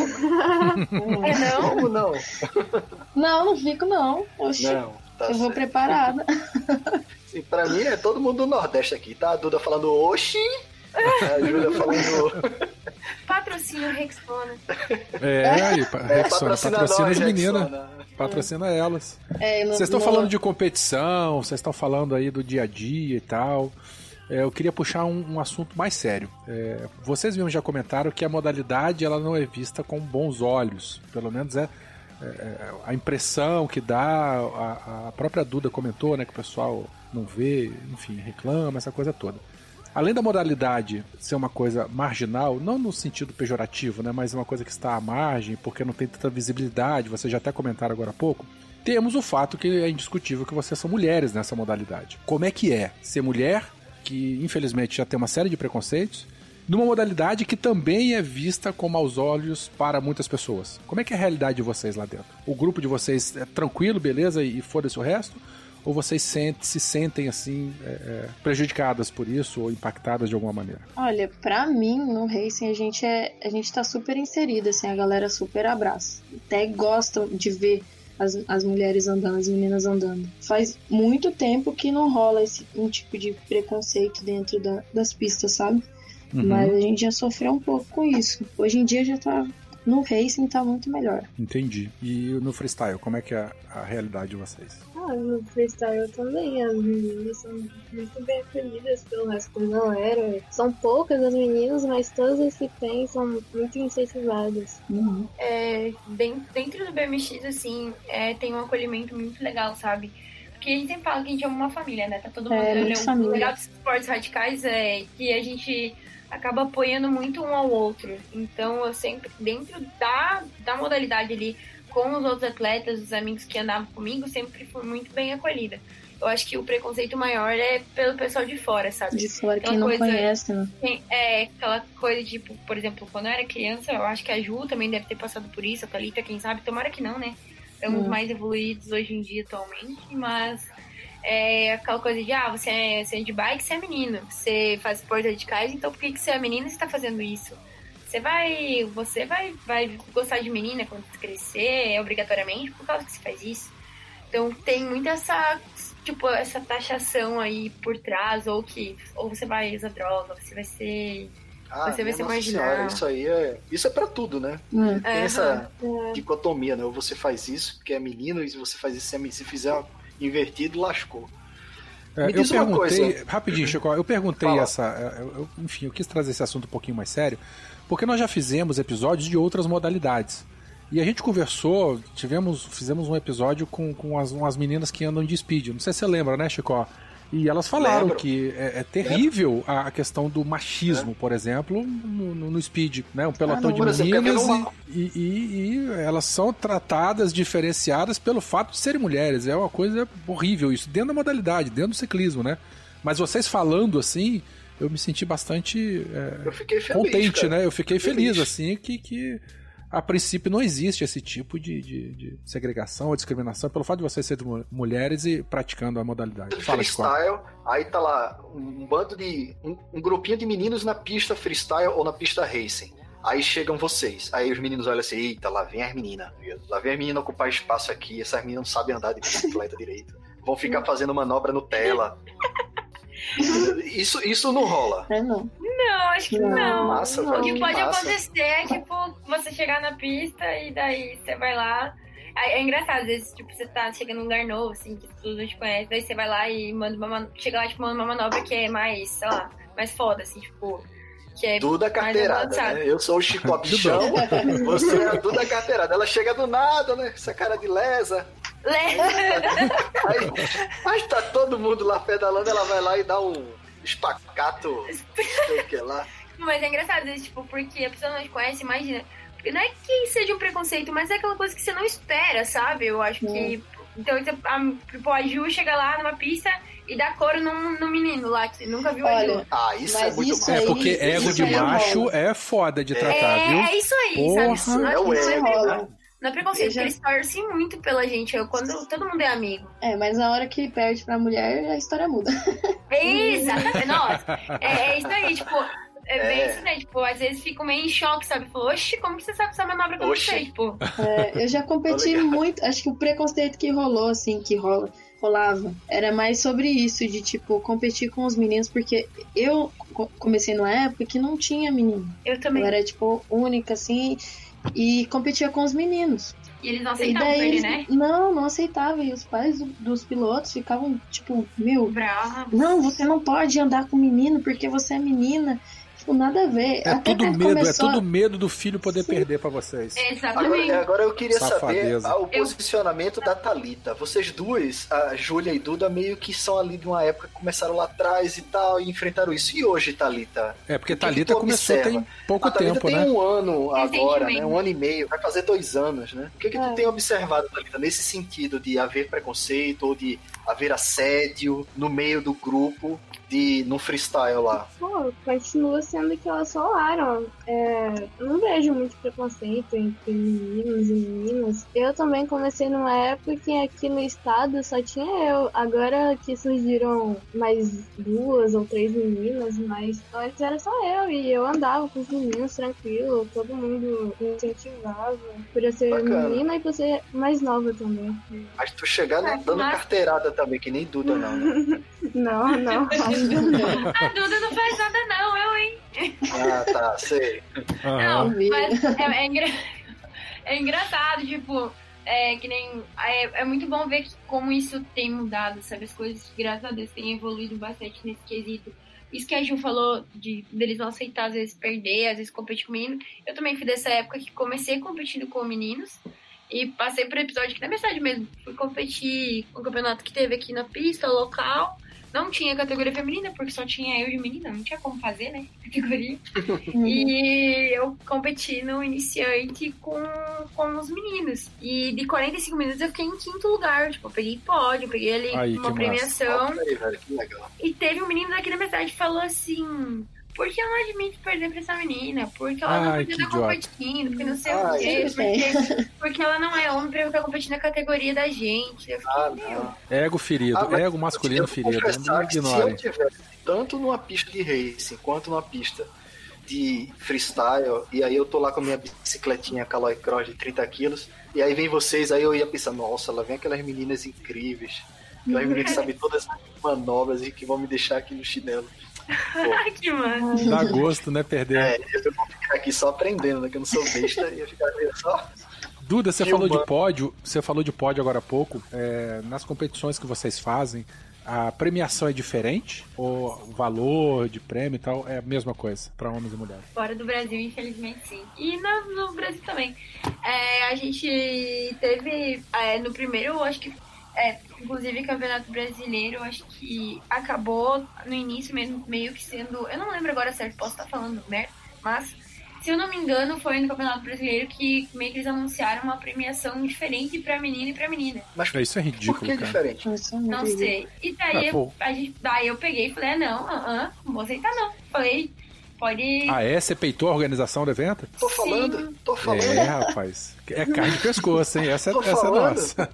É não? Como não? Não, não fico não. Oxi, Não, tá eu vou certo. preparada. E pra mim é todo mundo do Nordeste aqui, tá? A Duda falando oxi, a Júlia falando. Patrocínio Rexona. É, e pa- É, Rexona, patrocina as nós, meninas. Rexona. Patrocina elas. É, no- Vocês estão no- falando de competição, vocês estão falando aí do dia a dia e tal. É, eu queria puxar um, um assunto mais sério. É, vocês mesmos já comentaram que a modalidade ela não é vista com bons olhos. Pelo menos é, é, é a impressão que dá. A, a própria Duda comentou, né, que o pessoal não vê, enfim, reclama, essa coisa toda. Além da modalidade ser uma coisa marginal, não no sentido pejorativo, né, mas uma coisa que está à margem, porque não tem tanta visibilidade, vocês já até comentaram agora há pouco, temos o fato que é indiscutível que vocês são mulheres nessa modalidade. Como é que é ser mulher, que infelizmente já tem uma série de preconceitos, numa modalidade que também é vista com maus olhos para muitas pessoas? Como é que é a realidade de vocês lá dentro? O grupo de vocês é tranquilo, beleza, e foda-se o resto? Ou vocês sente, se sentem assim é, é, prejudicadas por isso ou impactadas de alguma maneira? Olha, pra mim, no racing, a gente é, a gente tá super inserida, assim, a galera super abraça. Até gosta de ver as, as mulheres andando, as meninas andando. Faz muito tempo que não rola esse um tipo de preconceito dentro da, das pistas, sabe? Uhum. Mas a gente já sofreu um pouco com isso. Hoje em dia já tá... No racing tá muito melhor. Entendi. E no freestyle, como é que é a realidade de vocês? Ah, no freestyle também, as meninas são muito bem acolhidas pelo resto da galera. São poucas as meninas, mas todas as que tem são muito incentivadas. Uhum. É, den- dentro do B M X, assim, é, tem um acolhimento muito legal, sabe? Porque a gente sempre fala que a gente é uma família, né? Tá todo mundo... É, muito o família. legal dos esportes radicais é que a gente acaba apoiando muito um ao outro. Então, eu sempre, dentro da, da modalidade ali, com os outros atletas, os amigos que andavam comigo, sempre fui muito bem acolhida. Eu acho que o preconceito maior é pelo pessoal de fora, sabe? De fora, Aquela quem não coisa- conhece, né? Tem- É, aquela coisa, tipo, por exemplo, quando eu era criança, eu acho que a Ju também deve ter passado por isso, a Thalita, quem sabe, tomara que não, né? Estamos Hum. mais evoluídos hoje em dia atualmente, mas é aquela coisa de, ah, você é, você é de bike, você é menino, você faz esportes radicais, então por que, que você é menina e você tá fazendo isso? Você vai, você vai, vai gostar de menina quando você crescer, obrigatoriamente, por causa que você faz isso. Então tem muito essa, tipo, essa taxação aí por trás, ou que ou você vai usar droga, ou você vai ser... Ah, Você vai ser nossa marginal. senhora, isso aí é. Isso é pra tudo, né? Hum. Tem Aham. essa É. dicotomia, né? Ou você faz isso porque é menino, e se você faz isso, se é menino. Se fizer invertido, lascou. É, Me eu diz uma perguntei, coisa. rapidinho, Chico, eu perguntei Fala. essa. Eu, eu- enfim, eu quis trazer esse assunto um pouquinho mais sério, porque nós já fizemos episódios de outras modalidades. E a gente conversou, tivemos, fizemos um episódio com, com as, umas meninas que andam de speed. Não sei se você lembra, né, Chico? E elas falaram Lembro. que é, é terrível a questão do machismo, é. por exemplo, no, no, no Speed, né? Um pelotão ah, não, de meninas uma... e, e, e elas são tratadas, diferenciadas pelo fato de serem mulheres. É uma coisa horrível isso, dentro da modalidade, dentro do ciclismo, né? Mas vocês falando assim, eu me senti bastante é, eu fiquei feliz, contente, cara. né? Eu fiquei, fiquei feliz, feliz, assim, que... que a princípio não existe esse tipo de, de, de segregação ou discriminação pelo fato de vocês serem mulheres e praticando a modalidade. Fala, freestyle, aí tá lá um bando de... Um, um grupinho de meninos na pista freestyle ou na pista racing. Aí chegam vocês. Aí os meninos olham assim, eita, lá vem as meninas. Lá vem as meninas ocupar espaço aqui. Essas meninas não sabem andar de bicicleta direito. Vão ficar fazendo manobra no tela. Isso, isso não rola. É não. Não, acho que não. não. Massa, não. O que, que pode massa. acontecer é, tipo, você chegar na pista e daí você vai lá. É, é engraçado, às vezes, tipo, você tá chegando num lugar novo, assim, que todo mundo te conhece, daí você vai lá e manda uma man... chega lá, tipo, manda uma manobra que é mais, sei lá, mais foda, assim, tipo. Que é Duda carteirada, né? Eu sou o Chico Bichão, você é a Duda carteirada. Ela chega do nada, né? Essa cara de lesa. Aí, mas tá todo mundo lá pedalando, ela vai lá e dá um espacato, sei o que lá. Mas é engraçado, às vezes, tipo, porque a pessoa não te conhece, imagina. Porque não é que seja um preconceito, mas é aquela coisa que você não espera, sabe? Eu acho hum. que... Então, a, tipo, a Ju chega lá numa pista e dá couro num, num menino lá, que você nunca viu. Olha, a Ju. Ah, isso é muito isso bom. É, aí, porque ego de macho é foda de tratar, é, viu? É isso aí, Porra. sabe? É o ego, né? Não é preconceito, já... porque eles torcem muito pela gente, eu, quando todo mundo é amigo. É, mas na hora que perde pra mulher, a história muda. Exatamente, nossa. É, é isso aí, tipo, é bem é. isso, né? Tipo, às vezes fico meio em choque, sabe? Falou, oxi, como que você sabe essa manobra que eu não sei, tipo? É, eu já competi muito, acho que o preconceito que rolou, assim, que rola, rolava, era mais sobre isso, de, tipo, competir com os meninos, porque eu comecei numa época que não tinha menino. Eu também. Eu era, tipo, única, assim... E competia com os meninos. E eles não aceitavam ele, eles, né? Não, não aceitavam. E os pais do, dos pilotos ficavam, tipo, meu... Bravo. Não, você não pode andar com menino porque você é menina. Tipo, nada a ver. É Até tudo medo, começou... é tudo medo do filho poder Sim. perder pra vocês. Exatamente. Agora, agora eu queria Safadeza. saber o posicionamento eu... da Thalita. Vocês duas, a Júlia e Duda, meio que são ali de uma época que começaram lá atrás e tal, e enfrentaram isso. E hoje, Thalita? É, porque Thalita começou observa? tem pouco a Thalita tempo, tem né? um ano agora, né? Um ano e meio, vai fazer dois anos, né? O que, que é. tu tem observado, Thalita, nesse sentido de haver preconceito ou de haver assédio no meio do grupo de, no freestyle lá? Pô, continua sendo que elas falaram. É, não vejo muito preconceito entre meninos e meninas. Eu também comecei numa época que aqui no estado só tinha eu. Agora que surgiram mais duas ou três meninas, mas antes era só eu. E eu andava com os meninos tranquilo, todo mundo me incentivava. Por eu ser Bacana. menina e por ser mais nova também. Mas tu chegar ah, dando mas... carteirada também, que nem Duda não, né? Não, não. A Duda não faz nada não, eu, hein? Ah, tá, sei. Uhum. Não, mas é, é, engra... é engraçado, tipo, é que nem... É, é muito bom ver como isso tem mudado, sabe? As coisas, graças a Deus, têm evoluído bastante nesse quesito. Isso que a Ju falou, de deles não aceitar, às vezes, perder, às vezes, competir com menino. Eu também fui dessa época que comecei competindo com meninos. E passei por episódio aqui na minha cidade mesmo. Fui competir com um campeonato que teve aqui na pista, local. Não tinha categoria feminina, porque só tinha eu de menina. Não tinha como fazer, né? Categoria. E eu competi no iniciante com, com os meninos. E de quarenta e cinco minutos eu fiquei em quinto lugar. Tipo, eu peguei pódio, eu peguei ali Aí, uma premiação. Aí, velho, que legal. E teve um menino daqui na minha cidade que falou assim... Por que eu não admito perder pra essa menina? Porque ela não Ai, podia estar competindo, porque não sei Ai, o quê, porque, porque ela não é homem pra eu estar competindo na categoria da gente. Eu fiquei, ah, meu... Ego ferido, ah, ego masculino ferido. Não ignore. Se eu tivesse tanto numa pista de racing quanto numa pista de freestyle, e aí eu tô lá com a minha bicicletinha Caloi Cross de trinta quilos, e aí vem vocês, aí eu ia pensar, nossa, lá vem aquelas meninas incríveis, aquelas meninas que sabem todas as manobras e que vão me deixar aqui no chinelo. Ai, que mano. Dá gosto, né, perder. É, eu vou ficar aqui só aprendendo, né, que eu não sou besta, e eu ficar só... Duda, você falou de pódio, você falou de pódio agora há pouco, é, nas competições que vocês fazem, a premiação é diferente? Ou o valor de prêmio e tal é a mesma coisa para homens e mulheres? Fora do Brasil, infelizmente, sim. E no, no Brasil também. É, a gente teve, é, no primeiro, eu acho que É, inclusive Campeonato Brasileiro, acho que acabou no início mesmo, meio que sendo... Eu não lembro agora certo, posso estar falando merda, mas... Se eu não me engano, foi no Campeonato Brasileiro que meio que eles anunciaram uma premiação diferente pra menina e pra menina. Mas isso é ridículo, por que cara? diferente? Não sei. E daí, Ah, eu, a gente, daí eu peguei e falei, ah, não, ah, não vou aceitar não. Falei, pode... Ah, é? Você peitou a organização do evento? Tô falando, tô falando. É, rapaz. É carne de pescoço, hein? Essa, Tô essa é falando. nossa.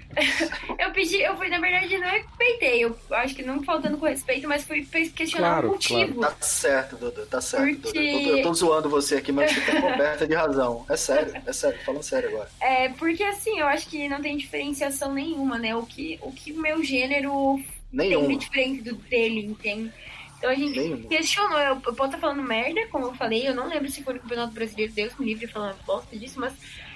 Eu pedi, eu fui, na verdade, não é que peitei. Eu acho que não faltando com respeito, mas fui questionar Claro, o motivo. Tá certo, Dudu, tá certo, Porque- Dudu. Eu tô, eu tô zoando você aqui, mas você tá coberta de razão. É sério, é sério, falando sério agora. É, porque assim, eu acho que não tem diferenciação nenhuma, né? O que o que o meu gênero tem Nenhuma. de diferente do dele, entende? Então a gente Nenhuma. questionou, eu, eu posso estar falando merda, como eu falei, eu não lembro se foi no Campeonato Brasileiro, Deus me livre falando bosta disso, mas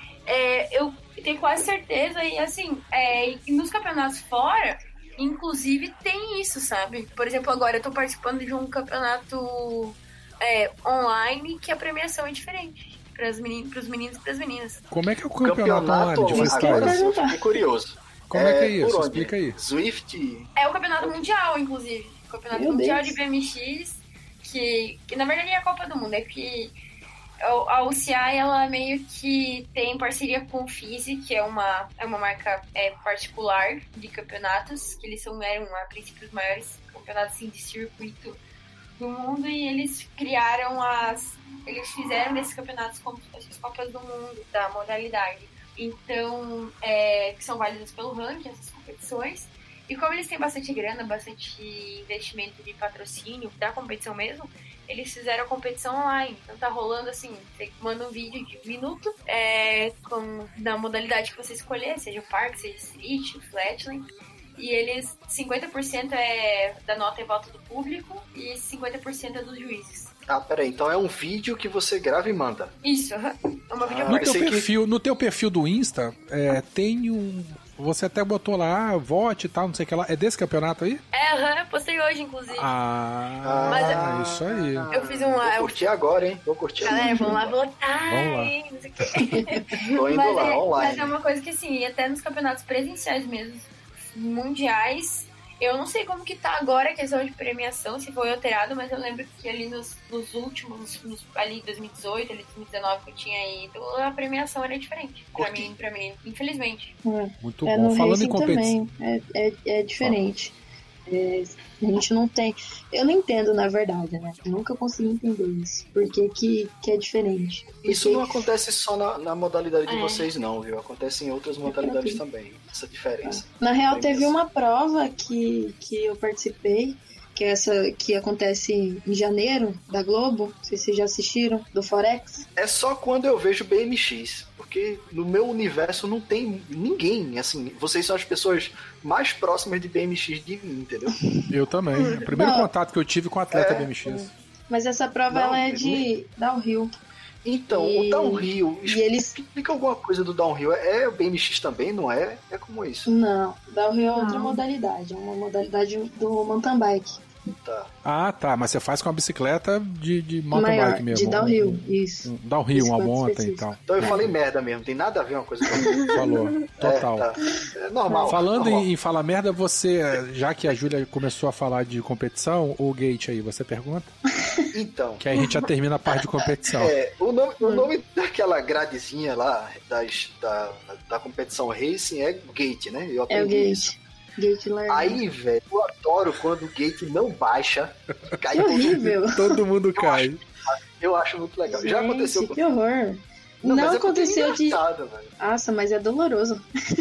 é, eu tenho quase certeza, e assim, é, e nos campeonatos fora, inclusive tem isso, sabe? Por exemplo, agora eu tô participando de um campeonato é, online que a premiação é diferente. Para os meninos, meninos e para as meninas. Como é que é o campeonato, Campeonato online de freestyle? agora eu fiquei curioso. Como é que é por isso? onde? Explica aí. Zwift. É o campeonato mundial, inclusive. O campeonato Meu mundial Deus. de B M X, que, que na verdade é a Copa do Mundo. É que a U C I, ela meio que tem parceria com o Fizzy, que é uma, é uma marca é, particular de campeonatos, que eles são, eram, a princípio, os maiores campeonatos assim, de circuito do mundo, e eles criaram as... Eles fizeram desses campeonatos como as Copas do Mundo, da modalidade. Então, é, que são válidas pelo ranking, essas competições. E como eles têm bastante grana, bastante investimento de patrocínio da competição mesmo, eles fizeram a competição online. Então tá rolando assim, você manda um vídeo de um minuto, é, com, na modalidade que você escolher, seja o parque, seja street, flatland. E eles, cinquenta por cento é da nota e voto do público e cinquenta por cento é dos juízes. Ah, peraí, então é um vídeo que você grava e manda. Isso, aham. É uma Ah, videoconferência. No teu, pensei que- perfil, no teu perfil do Insta, é, tem um... Você até botou lá, ah, vote e tal, não sei o que lá. É desse campeonato aí? É, aham, eu postei hoje, inclusive. Ah, Mas isso aí. Eu fiz um... Vou eu- curtir agora, hein? Vou curtir Galera, agora. vamos lá votar, Vamos lá. hein? Não sei o quê. Tô indo mas, lá, é, online. mas é uma coisa que, assim, e até nos campeonatos presenciais mesmo, mundiais, eu não sei como que tá agora a questão de premiação, se foi alterado, mas eu lembro que ali nos, nos últimos, nos, ali dois mil e dezoito, ali dois mil e dezenove que eu tinha ido, a premiação era diferente pra Curti. mim, pra mim, infelizmente. É. Muito É, bom. no Falando racing em competição. também, é, é, é diferente. É, a gente não tem... Eu não entendo, na verdade, né? Eu nunca consegui entender isso. Por que que, que é diferente? Isso Porque- não acontece só na, na modalidade de É. vocês, não, viu? Acontece em outras modalidades também, essa diferença. Na real, Premiação. teve uma prova que, que eu participei, que é essa que acontece em janeiro, da Globo. Não sei se vocês já assistiram, do Forex. É só quando eu vejo B M X, porque no meu universo não tem ninguém, assim, vocês são as pessoas mais próximas de B M X de mim, entendeu? Eu também. O primeiro Não. contato que eu tive com o atleta É. B M X. Mas essa prova, Não, ela é eu de downhill. Então, E- o Downhill, E eles... explica alguma coisa do Downhill, é o B M X também, não é? É como isso? Não, downhill é outra Não. modalidade. É uma modalidade do mountain bike. Tá. Ah, tá. Mas você faz com a bicicleta de, de mountain Maior, bike mesmo. de downhill, Um, isso. um downhill, uma Bicicleta monta e específica. tal. Então eu falei merda mesmo, tem nada a ver uma coisa com a outra. Falou. Total. É, tá. É normal. Falando normal. em, em falar merda, você, já que a Júlia começou a falar de competição, o Gate aí, você pergunta? Então, Que aí a gente já termina a parte de competição. é, o, nome, o Hum. nome daquela gradezinha lá das, da, da competição racing é Gate, né? Eu É o aprendi isso. gate. Gate largado. Aí, velho, eu adoro quando o gate não baixa. Cai Que todo mundo. horrível. Todo mundo cai. Eu acho muito legal. Já Gente, aconteceu que horror. Não, mas é porque é aconteceu de... engraçado, velho. Nossa, mas é doloroso.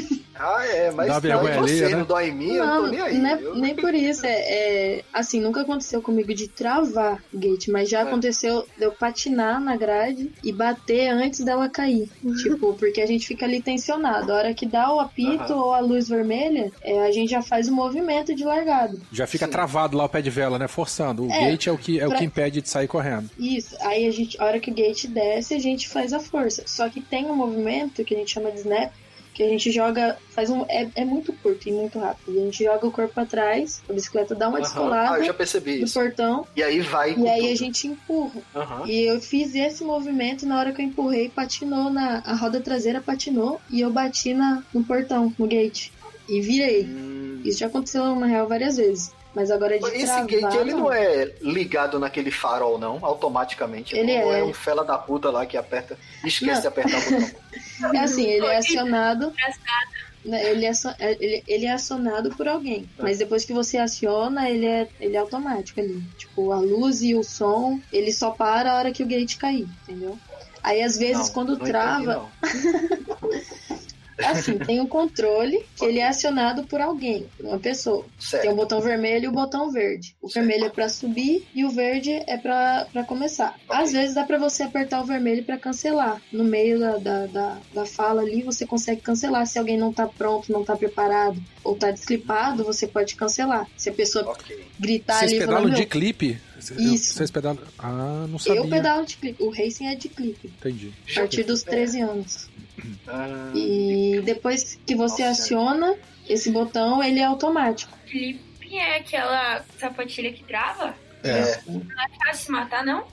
Ah, é, mas Dá dói vergonha em você, alheia, né? não dói em mim, eu não tô nem aí. não é- eu- nem por isso. É, é- assim, nunca aconteceu comigo de travar o gate, mas já É. aconteceu de eu patinar na grade e bater antes dela cair. Tipo, porque a gente fica ali tensionado. A hora que dá o apito Aham. ou a luz vermelha, é, a gente já faz o movimento de largada. Já fica Sim. travado lá o pé de vela, né? Forçando. O É, gate é o que, é o pra- que impede de sair correndo. Isso, aí a gente, a hora que o gate desce, a gente faz a força. Só que tem um movimento que a gente chama de snap, que a gente joga, faz um, é, é muito curto e muito rápido. A gente joga o corpo atrás, a bicicleta dá uma Aham. descolada Ah, eu já percebi do isso. portão, E aí vai e com aí tudo. a gente empurra. Aham. E eu fiz esse movimento na hora que eu empurrei, patinou na a roda traseira patinou e eu bati na, no portão, no gate. e virei. Hum. Isso já aconteceu na real várias vezes. Mas agora de Esse travar, gate, ele não. não é ligado naquele farol, não, automaticamente. Ele não é. é um fela da puta lá que aperta, esquece Não. de apertar o botão. É assim, ele é acionado. né, Ele é, acio- é- ele, ele é acionado por alguém. Mas depois que você aciona, ele é, ele é automático ali. Tipo, a luz e o som, ele só para a hora que o gate cair, entendeu? Aí às vezes Não, quando não trava. entendi, Assim, tem um controle que ele é acionado por alguém, por uma pessoa. Certo. Tem o botão vermelho e o botão verde. O Certo. vermelho é pra subir e o verde é pra, pra começar. Às vezes dá pra você apertar o vermelho pra cancelar. No meio da, da, da, da fala ali, você consegue cancelar. Se alguém não tá pronto, não tá preparado ou tá desclipado, você pode cancelar. Se a pessoa Ok. gritar Vocês ali e falar, pedalam "Meu, de clipe? Isso. Vocês pedalam... Ah, não sabia. eu pedalo de clipe." O racing é de clipe. Entendi. A partir dos treze anos. Ah, E depois que você Nossa. aciona esse botão, ele é automático. Clipe é aquela sapatilha que trava? É. Não é fácil se matar, não?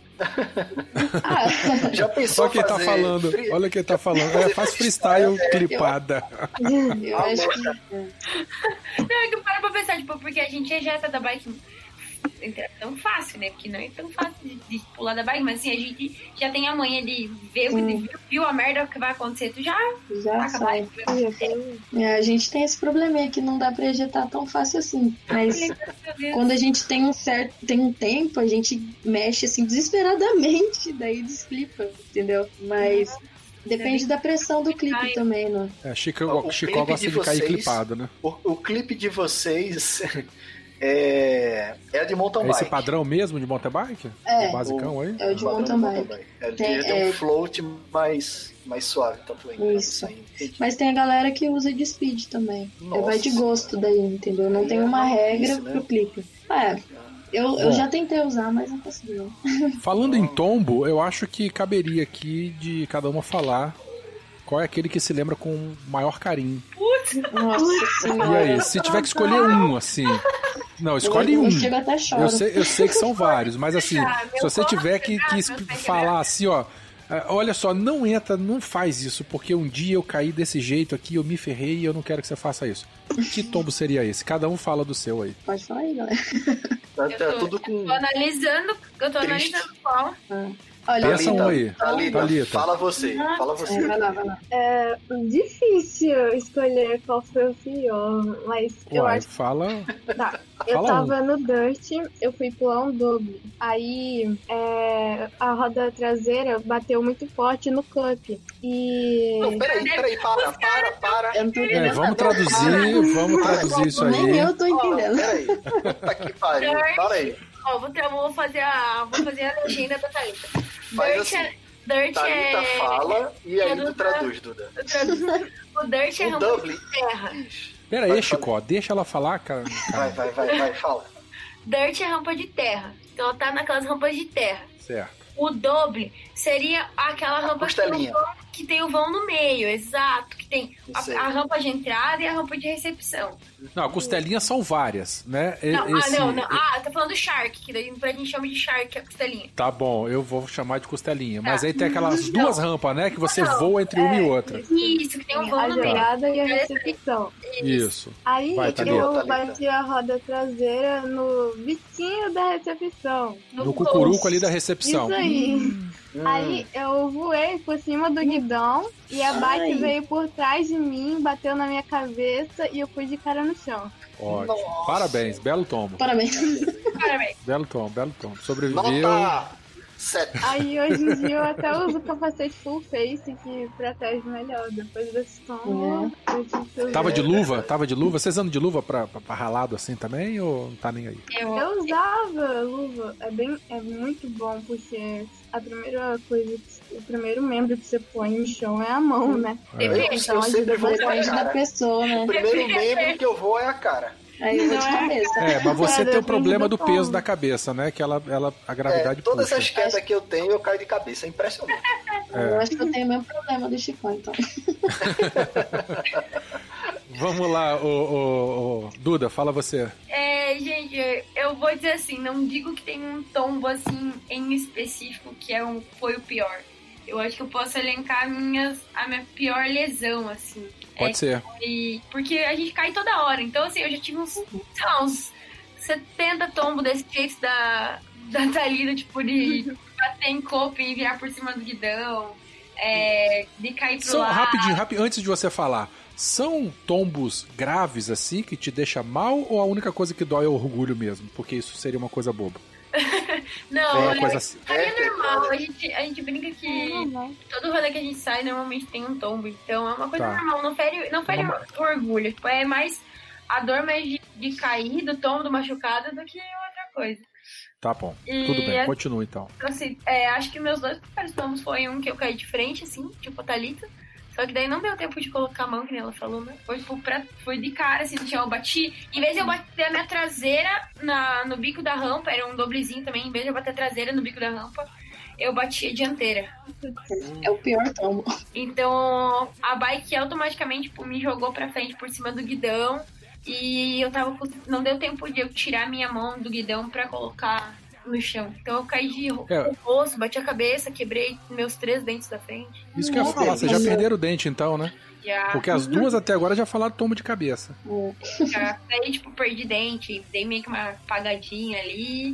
Ah, já pensou Olha quem tá fazer falando. free- Olha quem tá falando. É, faz freestyle clipada. eu acho que... Não, é que eu paro pra pensar, tipo, porque a gente ejeta da bike é tão fácil, né? Porque não é tão fácil de, de pular da bike, mas assim, a gente já tem a manha de ver o que Sim. viu, viu a merda que vai acontecer, tu já Já taca a sai. bike. É, a gente tem esse probleminha que não dá pra ejetar tão fácil assim. Mas Meu Deus. quando a gente tem um certo tem um tempo, a gente mexe assim desesperadamente, daí desclipa, entendeu? Mas depende da pressão do clipe também, né? É, Chico, Ó, o Chico clipe gosta de de cair vocês- clipado, né? O, o clipe de vocês é, é de mountain É bike. esse padrão mesmo de mountain bike? É. O basicão aí? É o de padrão mountain do bike. Ele Tem- tem, tem é- um float mais, mais suave, tanto aí. Isso. Aí, entendi. Mas tem a galera que usa de speed também. É, Nossa. vai de gosto daí, entendeu? Não tem É uma maluquice, regra né? pro clipe. É, eu, eu Bom. já tentei usar, mas não consegui. não. Falando em tombo, eu acho que caberia aqui de cada uma falar qual é aquele que se lembra com maior carinho. Nossa E senhora. aí, se tiver que escolher um, assim. Não, escolhe eu, um. eu chego até choro. Eu sei, eu sei que são vários, mas assim, Ah, meu se você corpo tiver que, que quebrado, meu falar assim, ó. é, Olha só, não entra, não faz isso, porque um dia eu caí desse jeito aqui, eu me ferrei e eu não quero que você faça isso. Que tombo seria esse? Cada um fala do seu aí. Pode falar aí, galera. Tá, Eu tá tô, tudo com. eu tô analisando, eu tô Triste. analisando qual. Olha, Pensa um aí. Thalita, Thalita. fala você. Fala você. é, vai lá, vai lá. É difícil escolher qual foi o pior, mas eu Uai, acho fala. que tá. Eu Fala tava no Dirt, eu fui pular um doble. Aí é, a roda traseira bateu muito forte no cup. E. Não, peraí, peraí, para, para, para. Eu não tô É, entendendo vamos nada. traduzir, vamos traduzir isso Nem aí. eu tô Ó, entendendo. peraí. Puta que pariu. Para aí. Ó, vou, ter, vou fazer a. Vou fazer a legenda da Thalita. Faz Dirt assim. é. Dirt Thalita é. fala e aí eu tu não- traduz, Duda. eu traduzo. O Dirt é O rampa Dublin. de terra. Pera aí, Chico, deixa ela falar, cara. Vai, vai, vai, vai, fala. Dirt é rampa de terra. Então ela tá naquelas rampas de terra. Certo. O doble seria aquela rampa que tem, o costelinha. vão, que tem o vão no meio, exato. Que tem Sei. a, a rampa de entrada e a rampa de recepção. Não, costelinhas são várias, né? E- Não, esse- ah, não, não. Ah, tá falando Shark, que daí pra gente chama de Shark a costelinha. Tá bom, eu vou chamar de costelinha. Mas Tá. aí tem aquelas Não. duas rampas, né? Que você Não, voa entre uma e outra. Isso, que tem um A vão no meio. jogada e a recepção. Isso. Aí Vai, Thalita. eu Thalita. bati a roda traseira no biquinho da recepção. No cucuruco ali da recepção. Isso aí. Hum. Aí eu voei por cima do guidão e a bike Ai. veio por trás de mim, bateu na minha cabeça e eu fui de cara no chão. Ótimo. Nossa. Parabéns, belo tombo. Parabéns. Parabéns. Belo tombo, belo tombo. Sobreviveu. Nota sete. Aí hoje em dia eu até uso capacete full face que protege melhor. Depois desse tombo, eu tive que usar. Tava de luva? Tava de luva? Vocês andam de luva pra, pra, pra ralado assim também ou não tá nem aí? Eu, Eu usava luva, é bem, é muito bom porque a primeira coisa, que- o primeiro membro que você põe no chão é a mão, né? É. Eu, eu sempre vou com a Depende da cara. pessoa, né? O primeiro membro que eu vou é a cara. Aí eu vou de cabeça. É, mas você É, tem o depende problema do do peso tom. da cabeça, né? Que ela, ela a É, gravidade todas puxa. as quedas que eu tenho, eu caio de cabeça. É impressionante. Eu acho que eu tenho o mesmo problema do Chico, então. Vamos lá, ô, ô, ô, Duda, fala você. É, gente, eu vou dizer assim, não digo que tem um tombo assim em específico que é um, foi o pior. eu acho que eu posso elencar minhas, a minha pior lesão, assim. Pode é, ser. E, porque a gente cai toda hora. Então, assim, eu já tive uns, sei lá, uns setenta tombos desse jeito da, da Thalita, tipo, de bater em copo e virar por cima do guidão, é, de cair pro São, lado. rapidinho, rapidinho, antes de você falar, são tombos graves, assim, que te deixa mal, ou a única coisa que dói é o orgulho mesmo? Porque isso seria uma coisa boba. Não, é, é, coisa assim. é, é normal. A gente, a gente brinca que todo rolê que a gente sai normalmente tem um tombo. Então é uma coisa Tá. normal. Não fere, não fere o orgulho. Tipo, é mais a dor mais de, de cair, do tombo, do machucado, do que outra coisa. Tá bom. E Tudo bem. é- Continua então. Assim, é, acho que meus dois primeiros tombos foi um que eu caí de frente, assim, tipo a Thalita. Só que daí não deu tempo de colocar a mão, que nem ela falou, né? Foi, tipo, pra, foi de cara, assim, no chão. Eu bati. Em vez de eu bater a minha traseira na, no bico da rampa, era um doblezinho também. Em vez de eu bater a traseira no bico da rampa, eu bati a dianteira. É o pior tombo. Então, a bike automaticamente, tipo, me jogou pra frente por cima do guidão. E eu tava com... Não deu tempo de eu tirar minha mão do guidão pra colocar no chão. Então eu caí de ro- É. rosto, bati a cabeça, quebrei meus três dentes da frente. Isso que eu ia Nossa, falar, vocês já mas- perderam o dente então, né? Já, Porque as duas até agora já falaram tombo de cabeça. já daí, tipo, perdi dente, dei meio que uma apagadinha ali.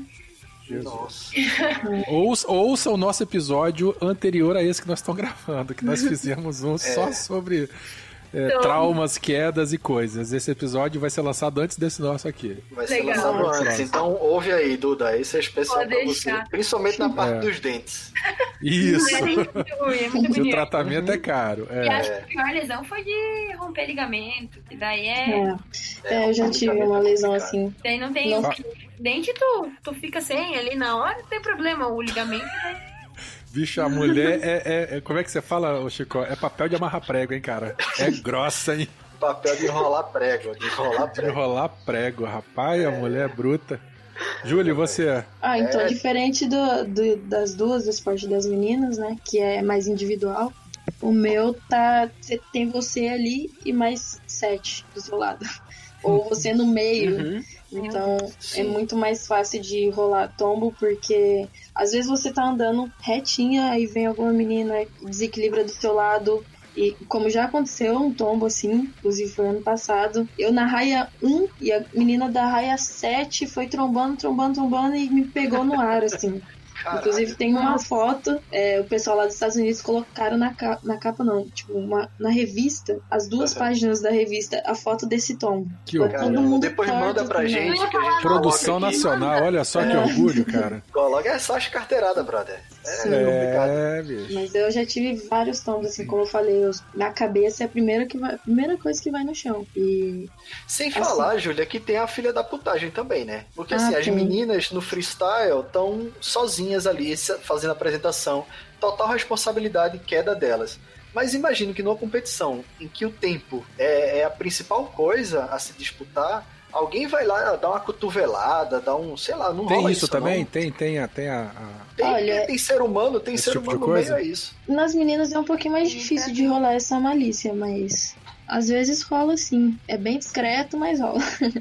Nossa. Ouça, ouça o nosso episódio anterior a esse que nós estamos gravando, que nós fizemos um só sobre é, Então- traumas, quedas e coisas. Esse episódio vai ser lançado antes desse nosso aqui. Vai ser Legal. lançado antes. Nossa. Então ouve aí, Duda. Esse é especial Pode pra você. deixar. Principalmente na parte É. dos dentes. Isso! É muito ruim, é muito Que o bonito. tratamento é caro. E É. acho que a pior lesão foi de romper ligamento, que daí é... É. É, eu já tive uma lesão assim. Daí não tem... Não. Dente tu, tu fica sem ali na hora, não tem problema, o ligamento... né? Bicho, a mulher é, é- é- Como é que você fala, ô Chico? É papel de amarrar prego, hein, cara? É grossa, hein? Papel de enrolar prego. De enrolar De prego. enrolar prego, rapaz, a mulher é bruta. Júlio, você? Ah, então É. diferente do, do- das duas, do esporte das meninas, né? Que é mais individual. O meu tá. Você tem você ali e mais sete do seu lado. Ou você no meio. Uhum. Então Sim. é muito mais fácil de rolar tombo, porque às vezes você tá andando retinha, aí vem alguma menina e desequilibra do seu lado. E como já aconteceu um tombo assim, inclusive foi ano passado, eu na raia um e a menina da raia sete foi trombando, trombando, trombando e me pegou no ar, assim. Caralho. Inclusive tem uma foto, é, o pessoal lá dos Estados Unidos colocaram na capa, na capa não, tipo, uma, na revista, as duas Uhum. páginas da revista, a foto desse tombo. Que Ficou horror. todo mundo Depois torto, manda pra assim, né? gente que a gente Produção coloca aqui. nacional, olha só que orgulho, cara. Coloca é só as carteiradas, brother. É Sim. complicado. É, bicho. Mas eu já tive vários tombos, assim, como eu falei, eu, na cabeça é a primeira, que vai, a primeira coisa que vai no chão. E Sem Assim. falar, Júlia, que tem a filha da putagem também, né? Porque Ah, assim, as tem. meninas no freestyle estão sozinhas ali se- fazendo a apresentação. Total responsabilidade e queda delas. Mas imagino que numa competição em que o tempo é, é a principal coisa a se disputar, alguém vai lá dar uma cotovelada, dar um, sei lá, não Tem rola isso também? não. Tem, tem a. Tem a, a- Tem, Olha, tem ser humano, tem esse ser tipo de humano no coisa? meio, é isso. nas meninas é um pouquinho mais difícil de rolar essa malícia, mas às vezes rola sim. É bem discreto, mas rola.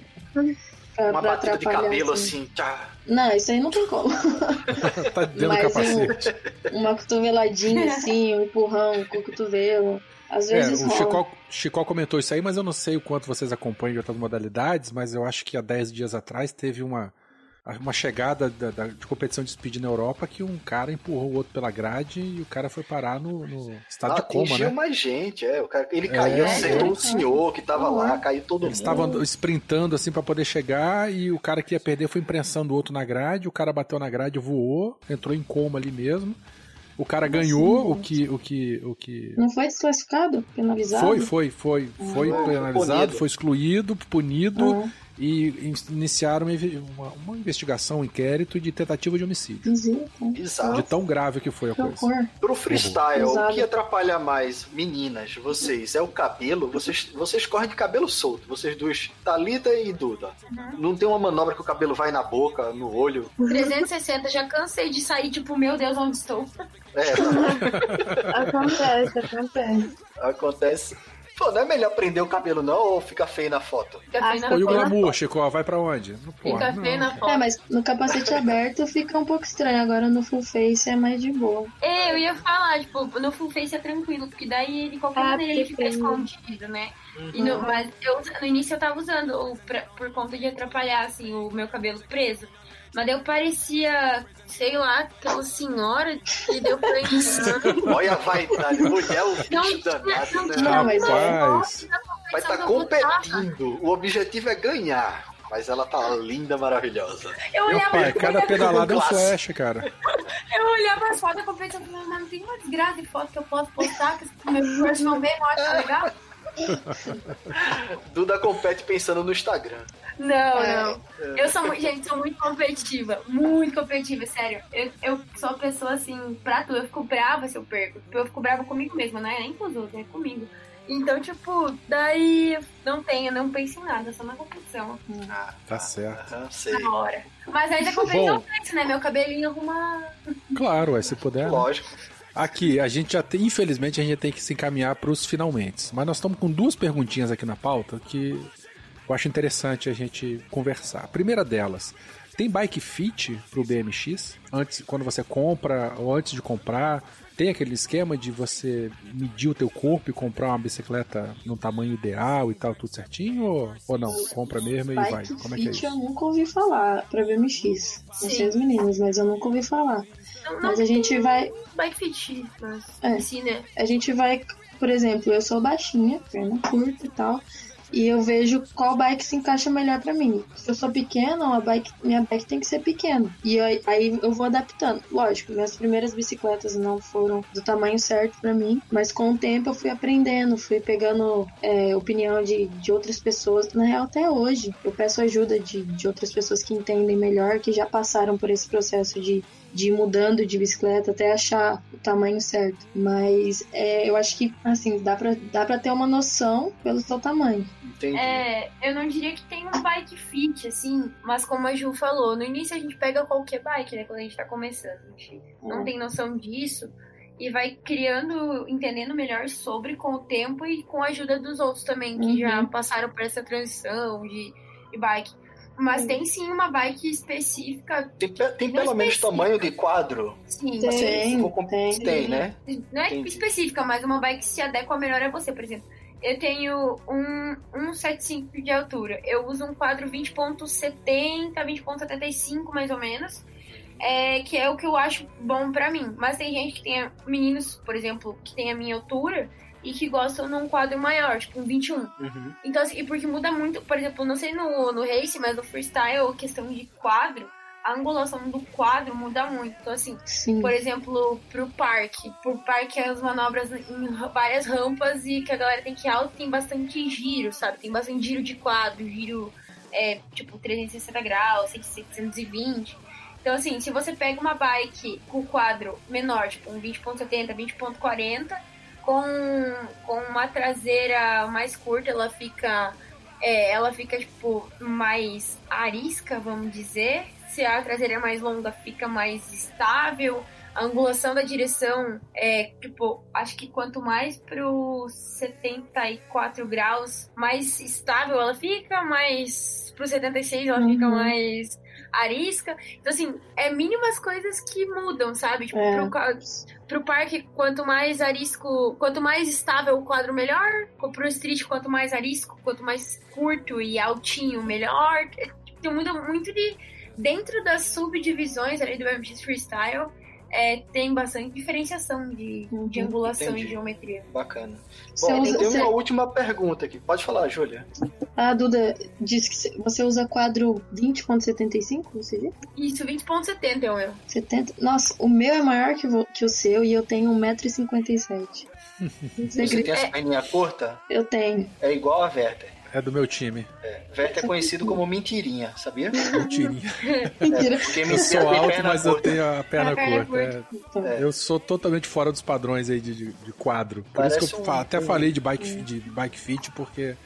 pra, Uma pra batida de atrapalhar, cabelo assim. assim, tchá. Não, isso aí não tem como. tá dentro do Mas capacete. Uma cotoveladinha assim, um empurrão com o cotovelo. Às É, vezes o rola. Chicó, Chicó comentou isso aí, mas eu não sei o quanto vocês acompanham de outras modalidades, mas eu acho que há dez dias atrás teve uma, uma chegada da, da- de competição de speed na Europa que um cara empurrou o outro pela grade e o cara foi parar no, no estado Ah, de coma, atingiu né? mais gente, é. O cara, ele É, caiu, é. acertou o senhor que tava lá, caiu todo Eles mundo. estavam sprintando assim pra poder chegar e o cara que ia perder foi imprensando o outro na grade, o cara bateu na grade, voou, entrou em coma ali mesmo. O cara ganhou o que, o que, o que Não foi desclassificado? Penalizado? foi, foi, foi, foi Foi penalizado, punido. foi excluído, punido Ah, e in- iniciaram uma, inve- uma- uma investigação, um inquérito de tentativa de homicídio. esquisito. Bizarro. De tão grave que foi a Que coisa. horror. Pro freestyle, Exato. o que atrapalha mais meninas, vocês, é o cabelo. Vocês, vocês correm de cabelo solto, vocês duas, Thalita e Duda. Não tem uma manobra que o cabelo vai na boca, no olho. trezentos e sessenta, já cansei de sair, tipo, meu Deus, onde estou? É, Acontece, acontece. acontece. Pô, não é melhor prender o cabelo não ou fica feio na foto? Fica feio na Pô, e o foto. glamour, Chico, vai pra onde? Não, porra, Fica feio não. na foto. É, mas no capacete aberto fica um pouco estranho. Agora no full face é mais de boa. É, eu ia falar, tipo, no full face é tranquilo, porque daí de qualquer Ah, maneira ele fica perfeito. escondido, né? E no, mas eu, no início eu tava usando o, pra, por conta de atrapalhar, assim, o meu cabelo preso. Mas daí eu parecia, sei lá, aquela senhora que deu pra entrar. Olha a vaidade, mulher é o Não bicho tinha- danado, não né? tinha Não, mas Rapaz, Vai estar competindo. O objetivo é ganhar. Mas ela tá linda, maravilhosa. Eu meu olhava, pai, eu cada olhava- pedalada é um classe. flash, cara. eu olhava as fotos da competição e falava, mas não tem uma desgraça de foto que eu posso postar, que o meu personal bem não acha legal? Duda compete pensando no Instagram. Não, É. não. Eu sou muito, gente, sou muito competitiva. Muito competitiva, sério. Eu, eu sou uma pessoa assim, pra tudo. Eu fico brava se eu perco. Eu fico brava comigo mesma, não é nem com os outros, é comigo. Então, tipo, daí não tenho, não penso em nada, só na competição. Tá certo. Aham, sei. Na hora. Mas aí da competição Bom. pensa, né? Meu cabelinho arruma. Claro, ué, se puder. né? Lógico. Aqui, a gente já tem, infelizmente, a gente tem que se encaminhar para os finalmente. Mas nós estamos com duas perguntinhas aqui na pauta que eu acho interessante a gente conversar. A primeira delas, tem bike fit pro B M X? Antes, quando você compra ou antes de comprar, tem aquele esquema de você medir o teu corpo e comprar uma bicicleta no tamanho ideal e tal, tudo certinho? Ou, ou não? Compra mesmo e vai? Bike Como é que é fit eu isso? nunca ouvi falar pra B M X. Não sei as meninas, mas eu nunca ouvi falar. Não, Mas não a gente tem vai, bike fit, mas É. assim, né? a gente vai, por exemplo, eu sou baixinha, perna curta e tal, e eu vejo qual bike se encaixa melhor pra mim. Se eu sou pequena, uma bike, minha bike tem que ser pequena. E aí, aí eu vou adaptando. Lógico, minhas primeiras bicicletas não foram do tamanho certo pra mim, mas com o tempo eu fui aprendendo, fui pegando é, opinião de, de outras pessoas. Na real, até hoje, eu peço ajuda de, de outras pessoas que entendem melhor, que já passaram por esse processo de de ir mudando de bicicleta até achar o tamanho certo. Mas é, eu acho que, assim, dá pra, dá pra ter uma noção pelo seu tamanho. Entendi. É, eu não diria que tem um bike fit, assim, mas como a Ju falou, no início a gente pega qualquer bike, né, quando a gente tá começando. A gente não tem noção disso e vai criando, entendendo melhor sobre com o tempo e com a ajuda dos outros também, que Uhum. já passaram por essa transição de, de bike. Mas Uhum. tem sim uma bike específica, Tem, pe- tem Não pelo menos específica. tamanho de quadro? sim. Tem, Assim, se for comp- tem. tem, né? Não é Entendi. específica, mas uma bike que se adequa melhor a você, por exemplo. Eu tenho um um setenta e cinco de altura. Eu uso um quadro vinte ponto setenta, vinte ponto setenta e cinco mais ou menos. É, que é o que eu acho bom pra mim. Mas tem gente que tem meninos, por exemplo, que tem a minha altura e que gostam num quadro maior, tipo um vinte e um. Uhum. Então, assim, e porque muda muito, por exemplo, não sei no, no race, mas no freestyle, questão de quadro, a angulação do quadro muda muito. Então, assim, Sim. por exemplo, pro parque. Pro parque, as manobras em várias rampas e que a galera tem que ir alto, tem bastante giro, sabe? Tem bastante giro de quadro, giro, é, tipo, trezentos e sessenta graus, seiscentos e vinte. Então, assim, se você pega uma bike com quadro menor, tipo um vinte ponto setenta, vinte ponto quarenta, com, com uma traseira mais curta, ela fica, é, ela fica, tipo, mais arisca, vamos dizer. Se a traseira é mais longa, fica mais estável. A angulação da direção é, tipo, acho que quanto mais pro setenta e quatro graus, mais estável ela fica, mais pro setenta e seis ela Uhum. fica mais arisca. Então, assim, é mínimas coisas que mudam, sabe? Tipo, É. pro, ca- pro parque, quanto mais arisco, quanto mais estável o quadro, melhor. Pro street, quanto mais arisco, quanto mais curto e altinho, melhor. Então, muda muito de... Dentro das subdivisões ali do B M X Freestyle, é, tem bastante diferenciação de, Uhum. de angulação Entendi. e geometria. Bacana. Você Bom, usa- tem você- uma última pergunta aqui. Pode falar, Júlia. A Duda disse que cê- você usa quadro vinte ponto setenta e cinco, você disse? Isso, vinte ponto setenta é o meu. setenta? Nossa, o meu é maior que, vo- que o seu e eu tenho um metro e cinquenta e sete. Você Você grita? tem essa perninha curta? Eu tenho. É igual a Werther. É do meu time. É. Werther é conhecido como mentirinha, sabia? Mentirinha. Mentira. Porque Eu mentira sou tem alto, perna mas eu curta. tenho a perna A perna curta. é. Então, É. Eu sou totalmente fora dos padrões aí de, de, de quadro. Por Parece isso que eu um- fa- até um- falei de bike, fi- de bike fit, porque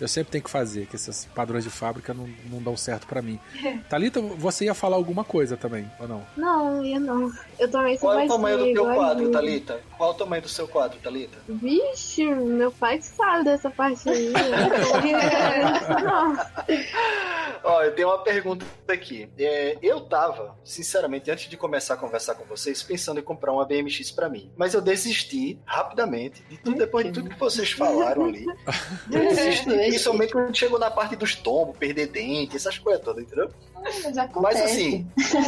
Eu sempre tenho que fazer, que esses padrões de fábrica não, não dão certo pra mim. Thalita, você ia falar alguma coisa também, ou não? Não, eu não. Eu também sou Qual é mais o tamanho do teu igual quadro, de- Thalita? Qual é o tamanho do seu quadro, Thalita? Vixe, meu pai que sabe dessa parte aí. Não. Ó, eu tenho uma pergunta aqui. É, eu tava, sinceramente, antes de começar a conversar com vocês, pensando em comprar uma B M X pra mim. Mas eu desisti rapidamente, de tudo, depois de tudo que vocês falaram ali. Eu desisti, principalmente quando chegou na parte dos tombos, perder dente, essas coisas todas, entendeu? Mas acontece. Mas assim,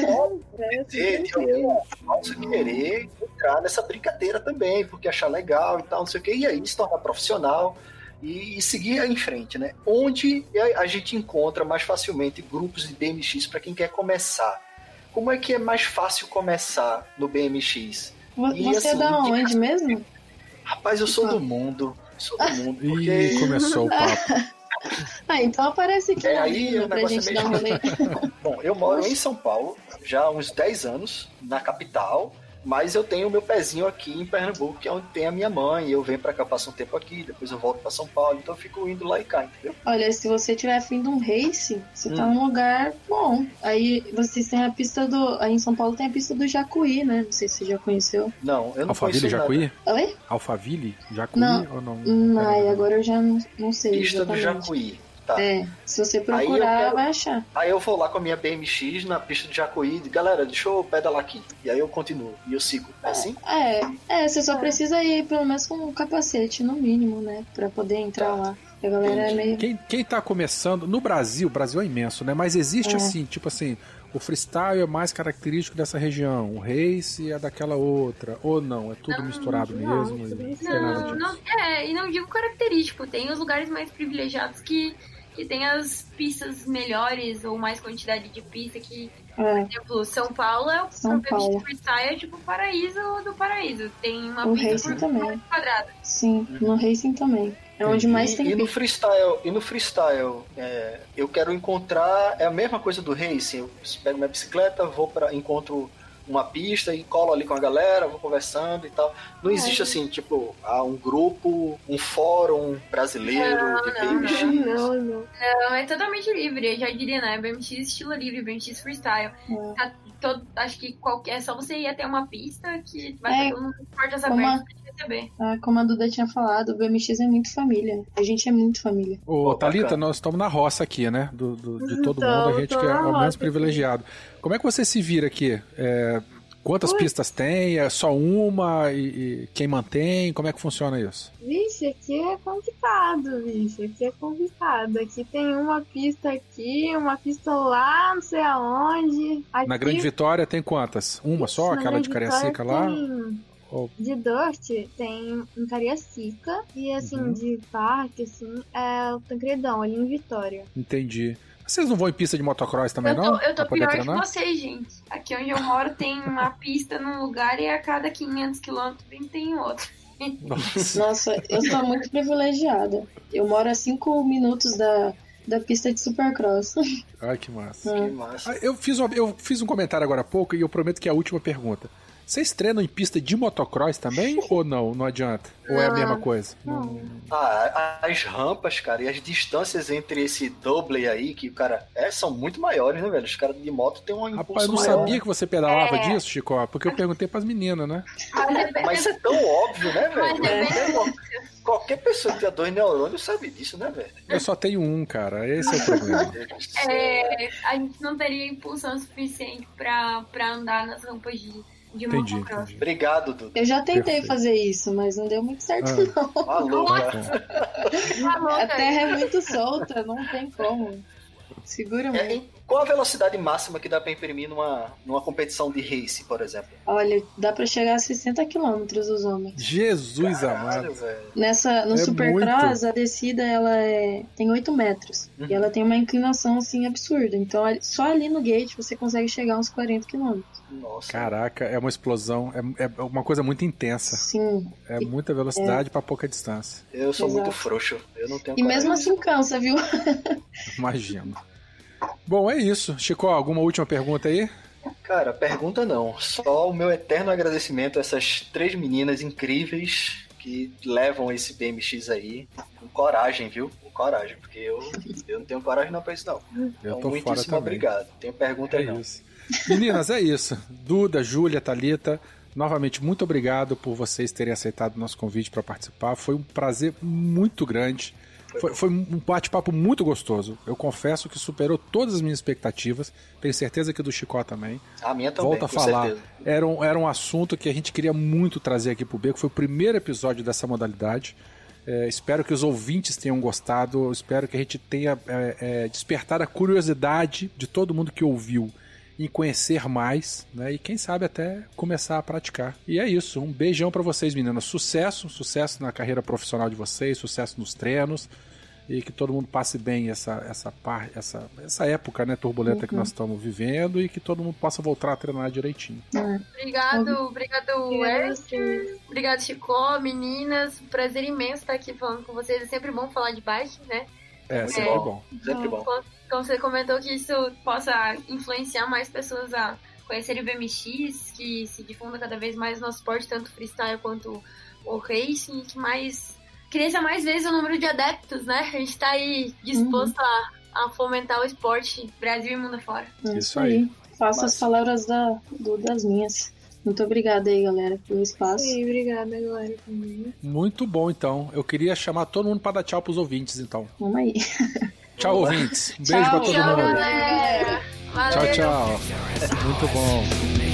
pode ser de algum falso querer entrar nessa brincadeira também, porque achar legal e tal, não sei o que, e aí se tornar profissional e, e seguir em frente, né? Onde a gente encontra mais facilmente grupos de B M X para quem quer começar. Como é que é mais fácil começar no B M X? Vo- E, Você é assim, da de- onde mesmo? Rapaz, eu sou do mundo. Sou do mundo. Porque Ih, começou o papo. Ah, então aparece aqui É, na aí vida o pra negócio é gente meio dar um rolê. Bom, eu moro em São Paulo já há uns dez anos, na capital, mas eu tenho o meu pezinho aqui em Pernambuco, que é onde tem a minha mãe. Eu venho pra cá, passo um tempo aqui, depois eu volto pra São Paulo, então eu fico indo lá e cá, entendeu? Olha, se você tiver afim de um race, você tá Hum. num lugar bom. Aí vocês têm a pista do... Aí em São Paulo tem a pista do Jacuí, né? Não sei se você já conheceu. Não, eu não Alphaville, conheço nada. Jacuí? Oi? Alphaville, Jacuí Não. ou não? Hum, Ai, Peraí. agora eu já não, não sei Pista do exatamente. Jacuí, tá. É, se você Aí eu procurar, quero- vai achar. Aí eu vou lá com a minha B M X na pista do Jacuí, e, galera, deixa eu pedalar aqui. E aí eu continuo, e eu sigo. É assim? É, é, você só precisa ir pelo menos com um capacete, no mínimo, né? Pra poder entrar Tá. lá. A galera é meio... Quem, quem tá começando, no Brasil, o Brasil é imenso, né? Mas existe É. assim, tipo assim, o freestyle é mais característico dessa região, o race é daquela outra, ou não, é tudo Não, misturado não, mesmo. tudo E não tem misturado. nada Não, disso. não, é, e não digo característico, tem os lugares mais privilegiados que, que tem as pistas melhores ou mais quantidade de pista que, por É, exemplo, São Paulo é o São pro Paulo. freestyle é tipo o paraíso do paraíso. Tem uma O pista racing por também. metro quadrado. sim, no racing também. É onde mais E, tem e no pista. freestyle, e no freestyle é, eu quero encontrar, é a mesma coisa do racing, eu pego minha bicicleta, vou para encontro uma pista e colo ali com a galera, vou conversando e tal. Não existe assim, tipo, ah, um grupo, um fórum brasileiro Não, de não, B M X. Não, não. Não, é totalmente livre, eu já diria, né? B M X estilo livre, B M X freestyle. É. Tá todo- acho que qualquer, é só você ir até uma pista que vai É, ter todo mundo com portas como a- abertas pra te receber. Ah, como a Duda tinha falado, o B M X é muito família. A gente é muito família. Ô, Pô, Thalita, bacana. nós estamos na roça aqui, né? Do, do- de todo Então, mundo, a gente tô que é na o menos roça privilegiado. Como é que você se vira aqui? É, quantas pistas tem? É só uma? E, e quem mantém? Como é que funciona isso? Vixe, aqui é complicado, vixe. Aqui é complicado. Aqui tem uma pista aqui, uma pista lá, não sei aonde. Aqui, Na Grande Vitória tem quantas? Uma só? na Aquela de Grande Cariacica Vitória lá? tem- Ou- De Dust tem em Cariacica e assim, Uhum. de parque, assim, é o Tancredão, ali em Vitória. Entendi. Vocês não vão em pista de motocross também, Eu tô, não? eu tô Pra poder pior que treinar? vocês, gente. Aqui onde eu moro tem uma pista num lugar e a cada quinhentos quilômetros tem outro. Nossa. Nossa, eu sou muito privilegiada. Eu moro a cinco minutos da, da pista de Supercross. Ai, que massa. Que massa. Ah, Eu fiz, uma- eu fiz um comentário agora há pouco e eu prometo que é a última pergunta. Vocês treinam em pista de motocross também ou não? Não adianta? Ou é a mesma coisa? Não. Ah, as rampas, cara, e as distâncias entre esse double aí, que o cara é, são muito maiores, né, velho? Os caras de moto têm um impulso Rapaz, eu não maior. sabia que você pedalava É. disso, Chico, porque eu perguntei pras meninas, né? Mas isso é tão óbvio, né, velho? Mas é Qualquer, qualquer pessoa que tenha dois neurônios sabe disso, né, velho? Eu só tenho um, cara. Esse é o problema. Meu Deus do céu. É, a gente não teria impulsão suficiente pra, pra andar nas rampas de, de Entendi, motocross. entendi. Obrigado, Dudu. Eu já tentei Perfeito. fazer isso, mas não deu muito certo, Ah. não. Alô, Nossa. cara. Tá louca, A terra é muito solta, não tem como. Segura É, muito. em- qual a velocidade máxima que dá pra imprimir numa, numa competição de race, por exemplo? Olha, dá pra chegar a sessenta quilômetros os homens. Jesus Caralho, amado. velho. Nessa, no É Supercross, muito. a descida ela é, tem oito metros. Uhum. E ela tem uma inclinação assim absurda. Então, ali- só ali no gate você consegue chegar a uns quarenta quilômetros. Nossa. Caraca, é uma explosão. É, é uma coisa muito intensa. Sim. É muita velocidade pra pouca distância. Eu sou Exato. muito frouxo. Eu não tenho E mesmo coragem. assim cansa, viu? Imagino. Bom, é isso. Chico, alguma última pergunta aí? Cara, pergunta não. Só o meu eterno agradecimento a essas três meninas incríveis que levam esse B M X aí com coragem, viu? coragem, porque eu, eu não tenho coragem não pra isso não. Eu então, tô fora também. Obrigado. Tenho pergunta aí é não. Isso. Meninas, é isso. Duda, Júlia, Thalita, novamente, muito obrigado por vocês terem aceitado o nosso convite para participar. Foi um prazer muito grande. Foi, foi um bate-papo muito gostoso. Eu confesso que superou todas as minhas expectativas. Tenho certeza que do Chicó também. A minha também, Volto a com falar. certeza. Era um, era um assunto que a gente queria muito trazer aqui pro Beco. Foi o primeiro episódio dessa modalidade. É, espero que os ouvintes tenham gostado. Espero que a gente tenha é, é, despertado a curiosidade de todo mundo que ouviu em conhecer mais, né? E quem sabe até começar a praticar. E é isso. Um beijão pra vocês, meninas. Sucesso, sucesso na carreira profissional de vocês, sucesso nos treinos e que todo mundo passe bem essa essa par, essa essa época, né, turbulenta uhum. que nós estamos vivendo e que todo mundo possa voltar a treinar direitinho. Uhum. Obrigado, obrigado, Eric. Obrigado, Chicó, meninas. Prazer imenso estar aqui falando com vocês. É sempre bom falar de bike, né? É, sempre é, bom. Sempre bom. Como você comentou, que isso possa influenciar mais pessoas a conhecerem o B M X, que se difunda cada vez mais o nosso esporte, tanto freestyle quanto o racing, que mais cresça mais vezes o número de adeptos, né? A gente tá aí disposto uhum. a, a fomentar o esporte Brasil e mundo afora. Isso, isso aí. Faço Mas... as palavras da, do, das minhas. Muito obrigada aí, galera, pelo espaço. Sim, obrigada, galera, também. Muito bom, então. Eu queria chamar todo mundo para dar tchau pros ouvintes, então. Vamos aí. Tchau, ouvintes. Um beijo tchau, pra todo tchau, mundo. Galera. Tchau, tchau. Muito bom.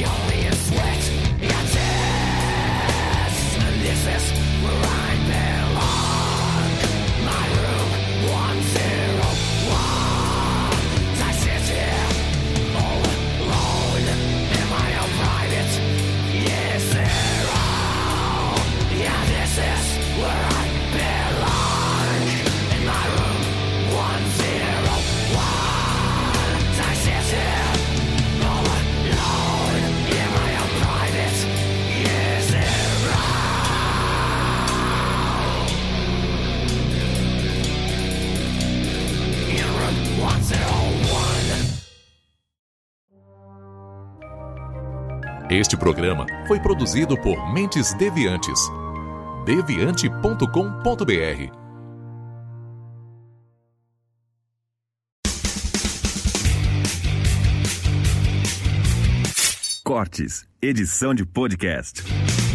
Este programa foi produzido por Mentes Deviantes. deviante ponto com ponto b r. Cortes, edição de podcast.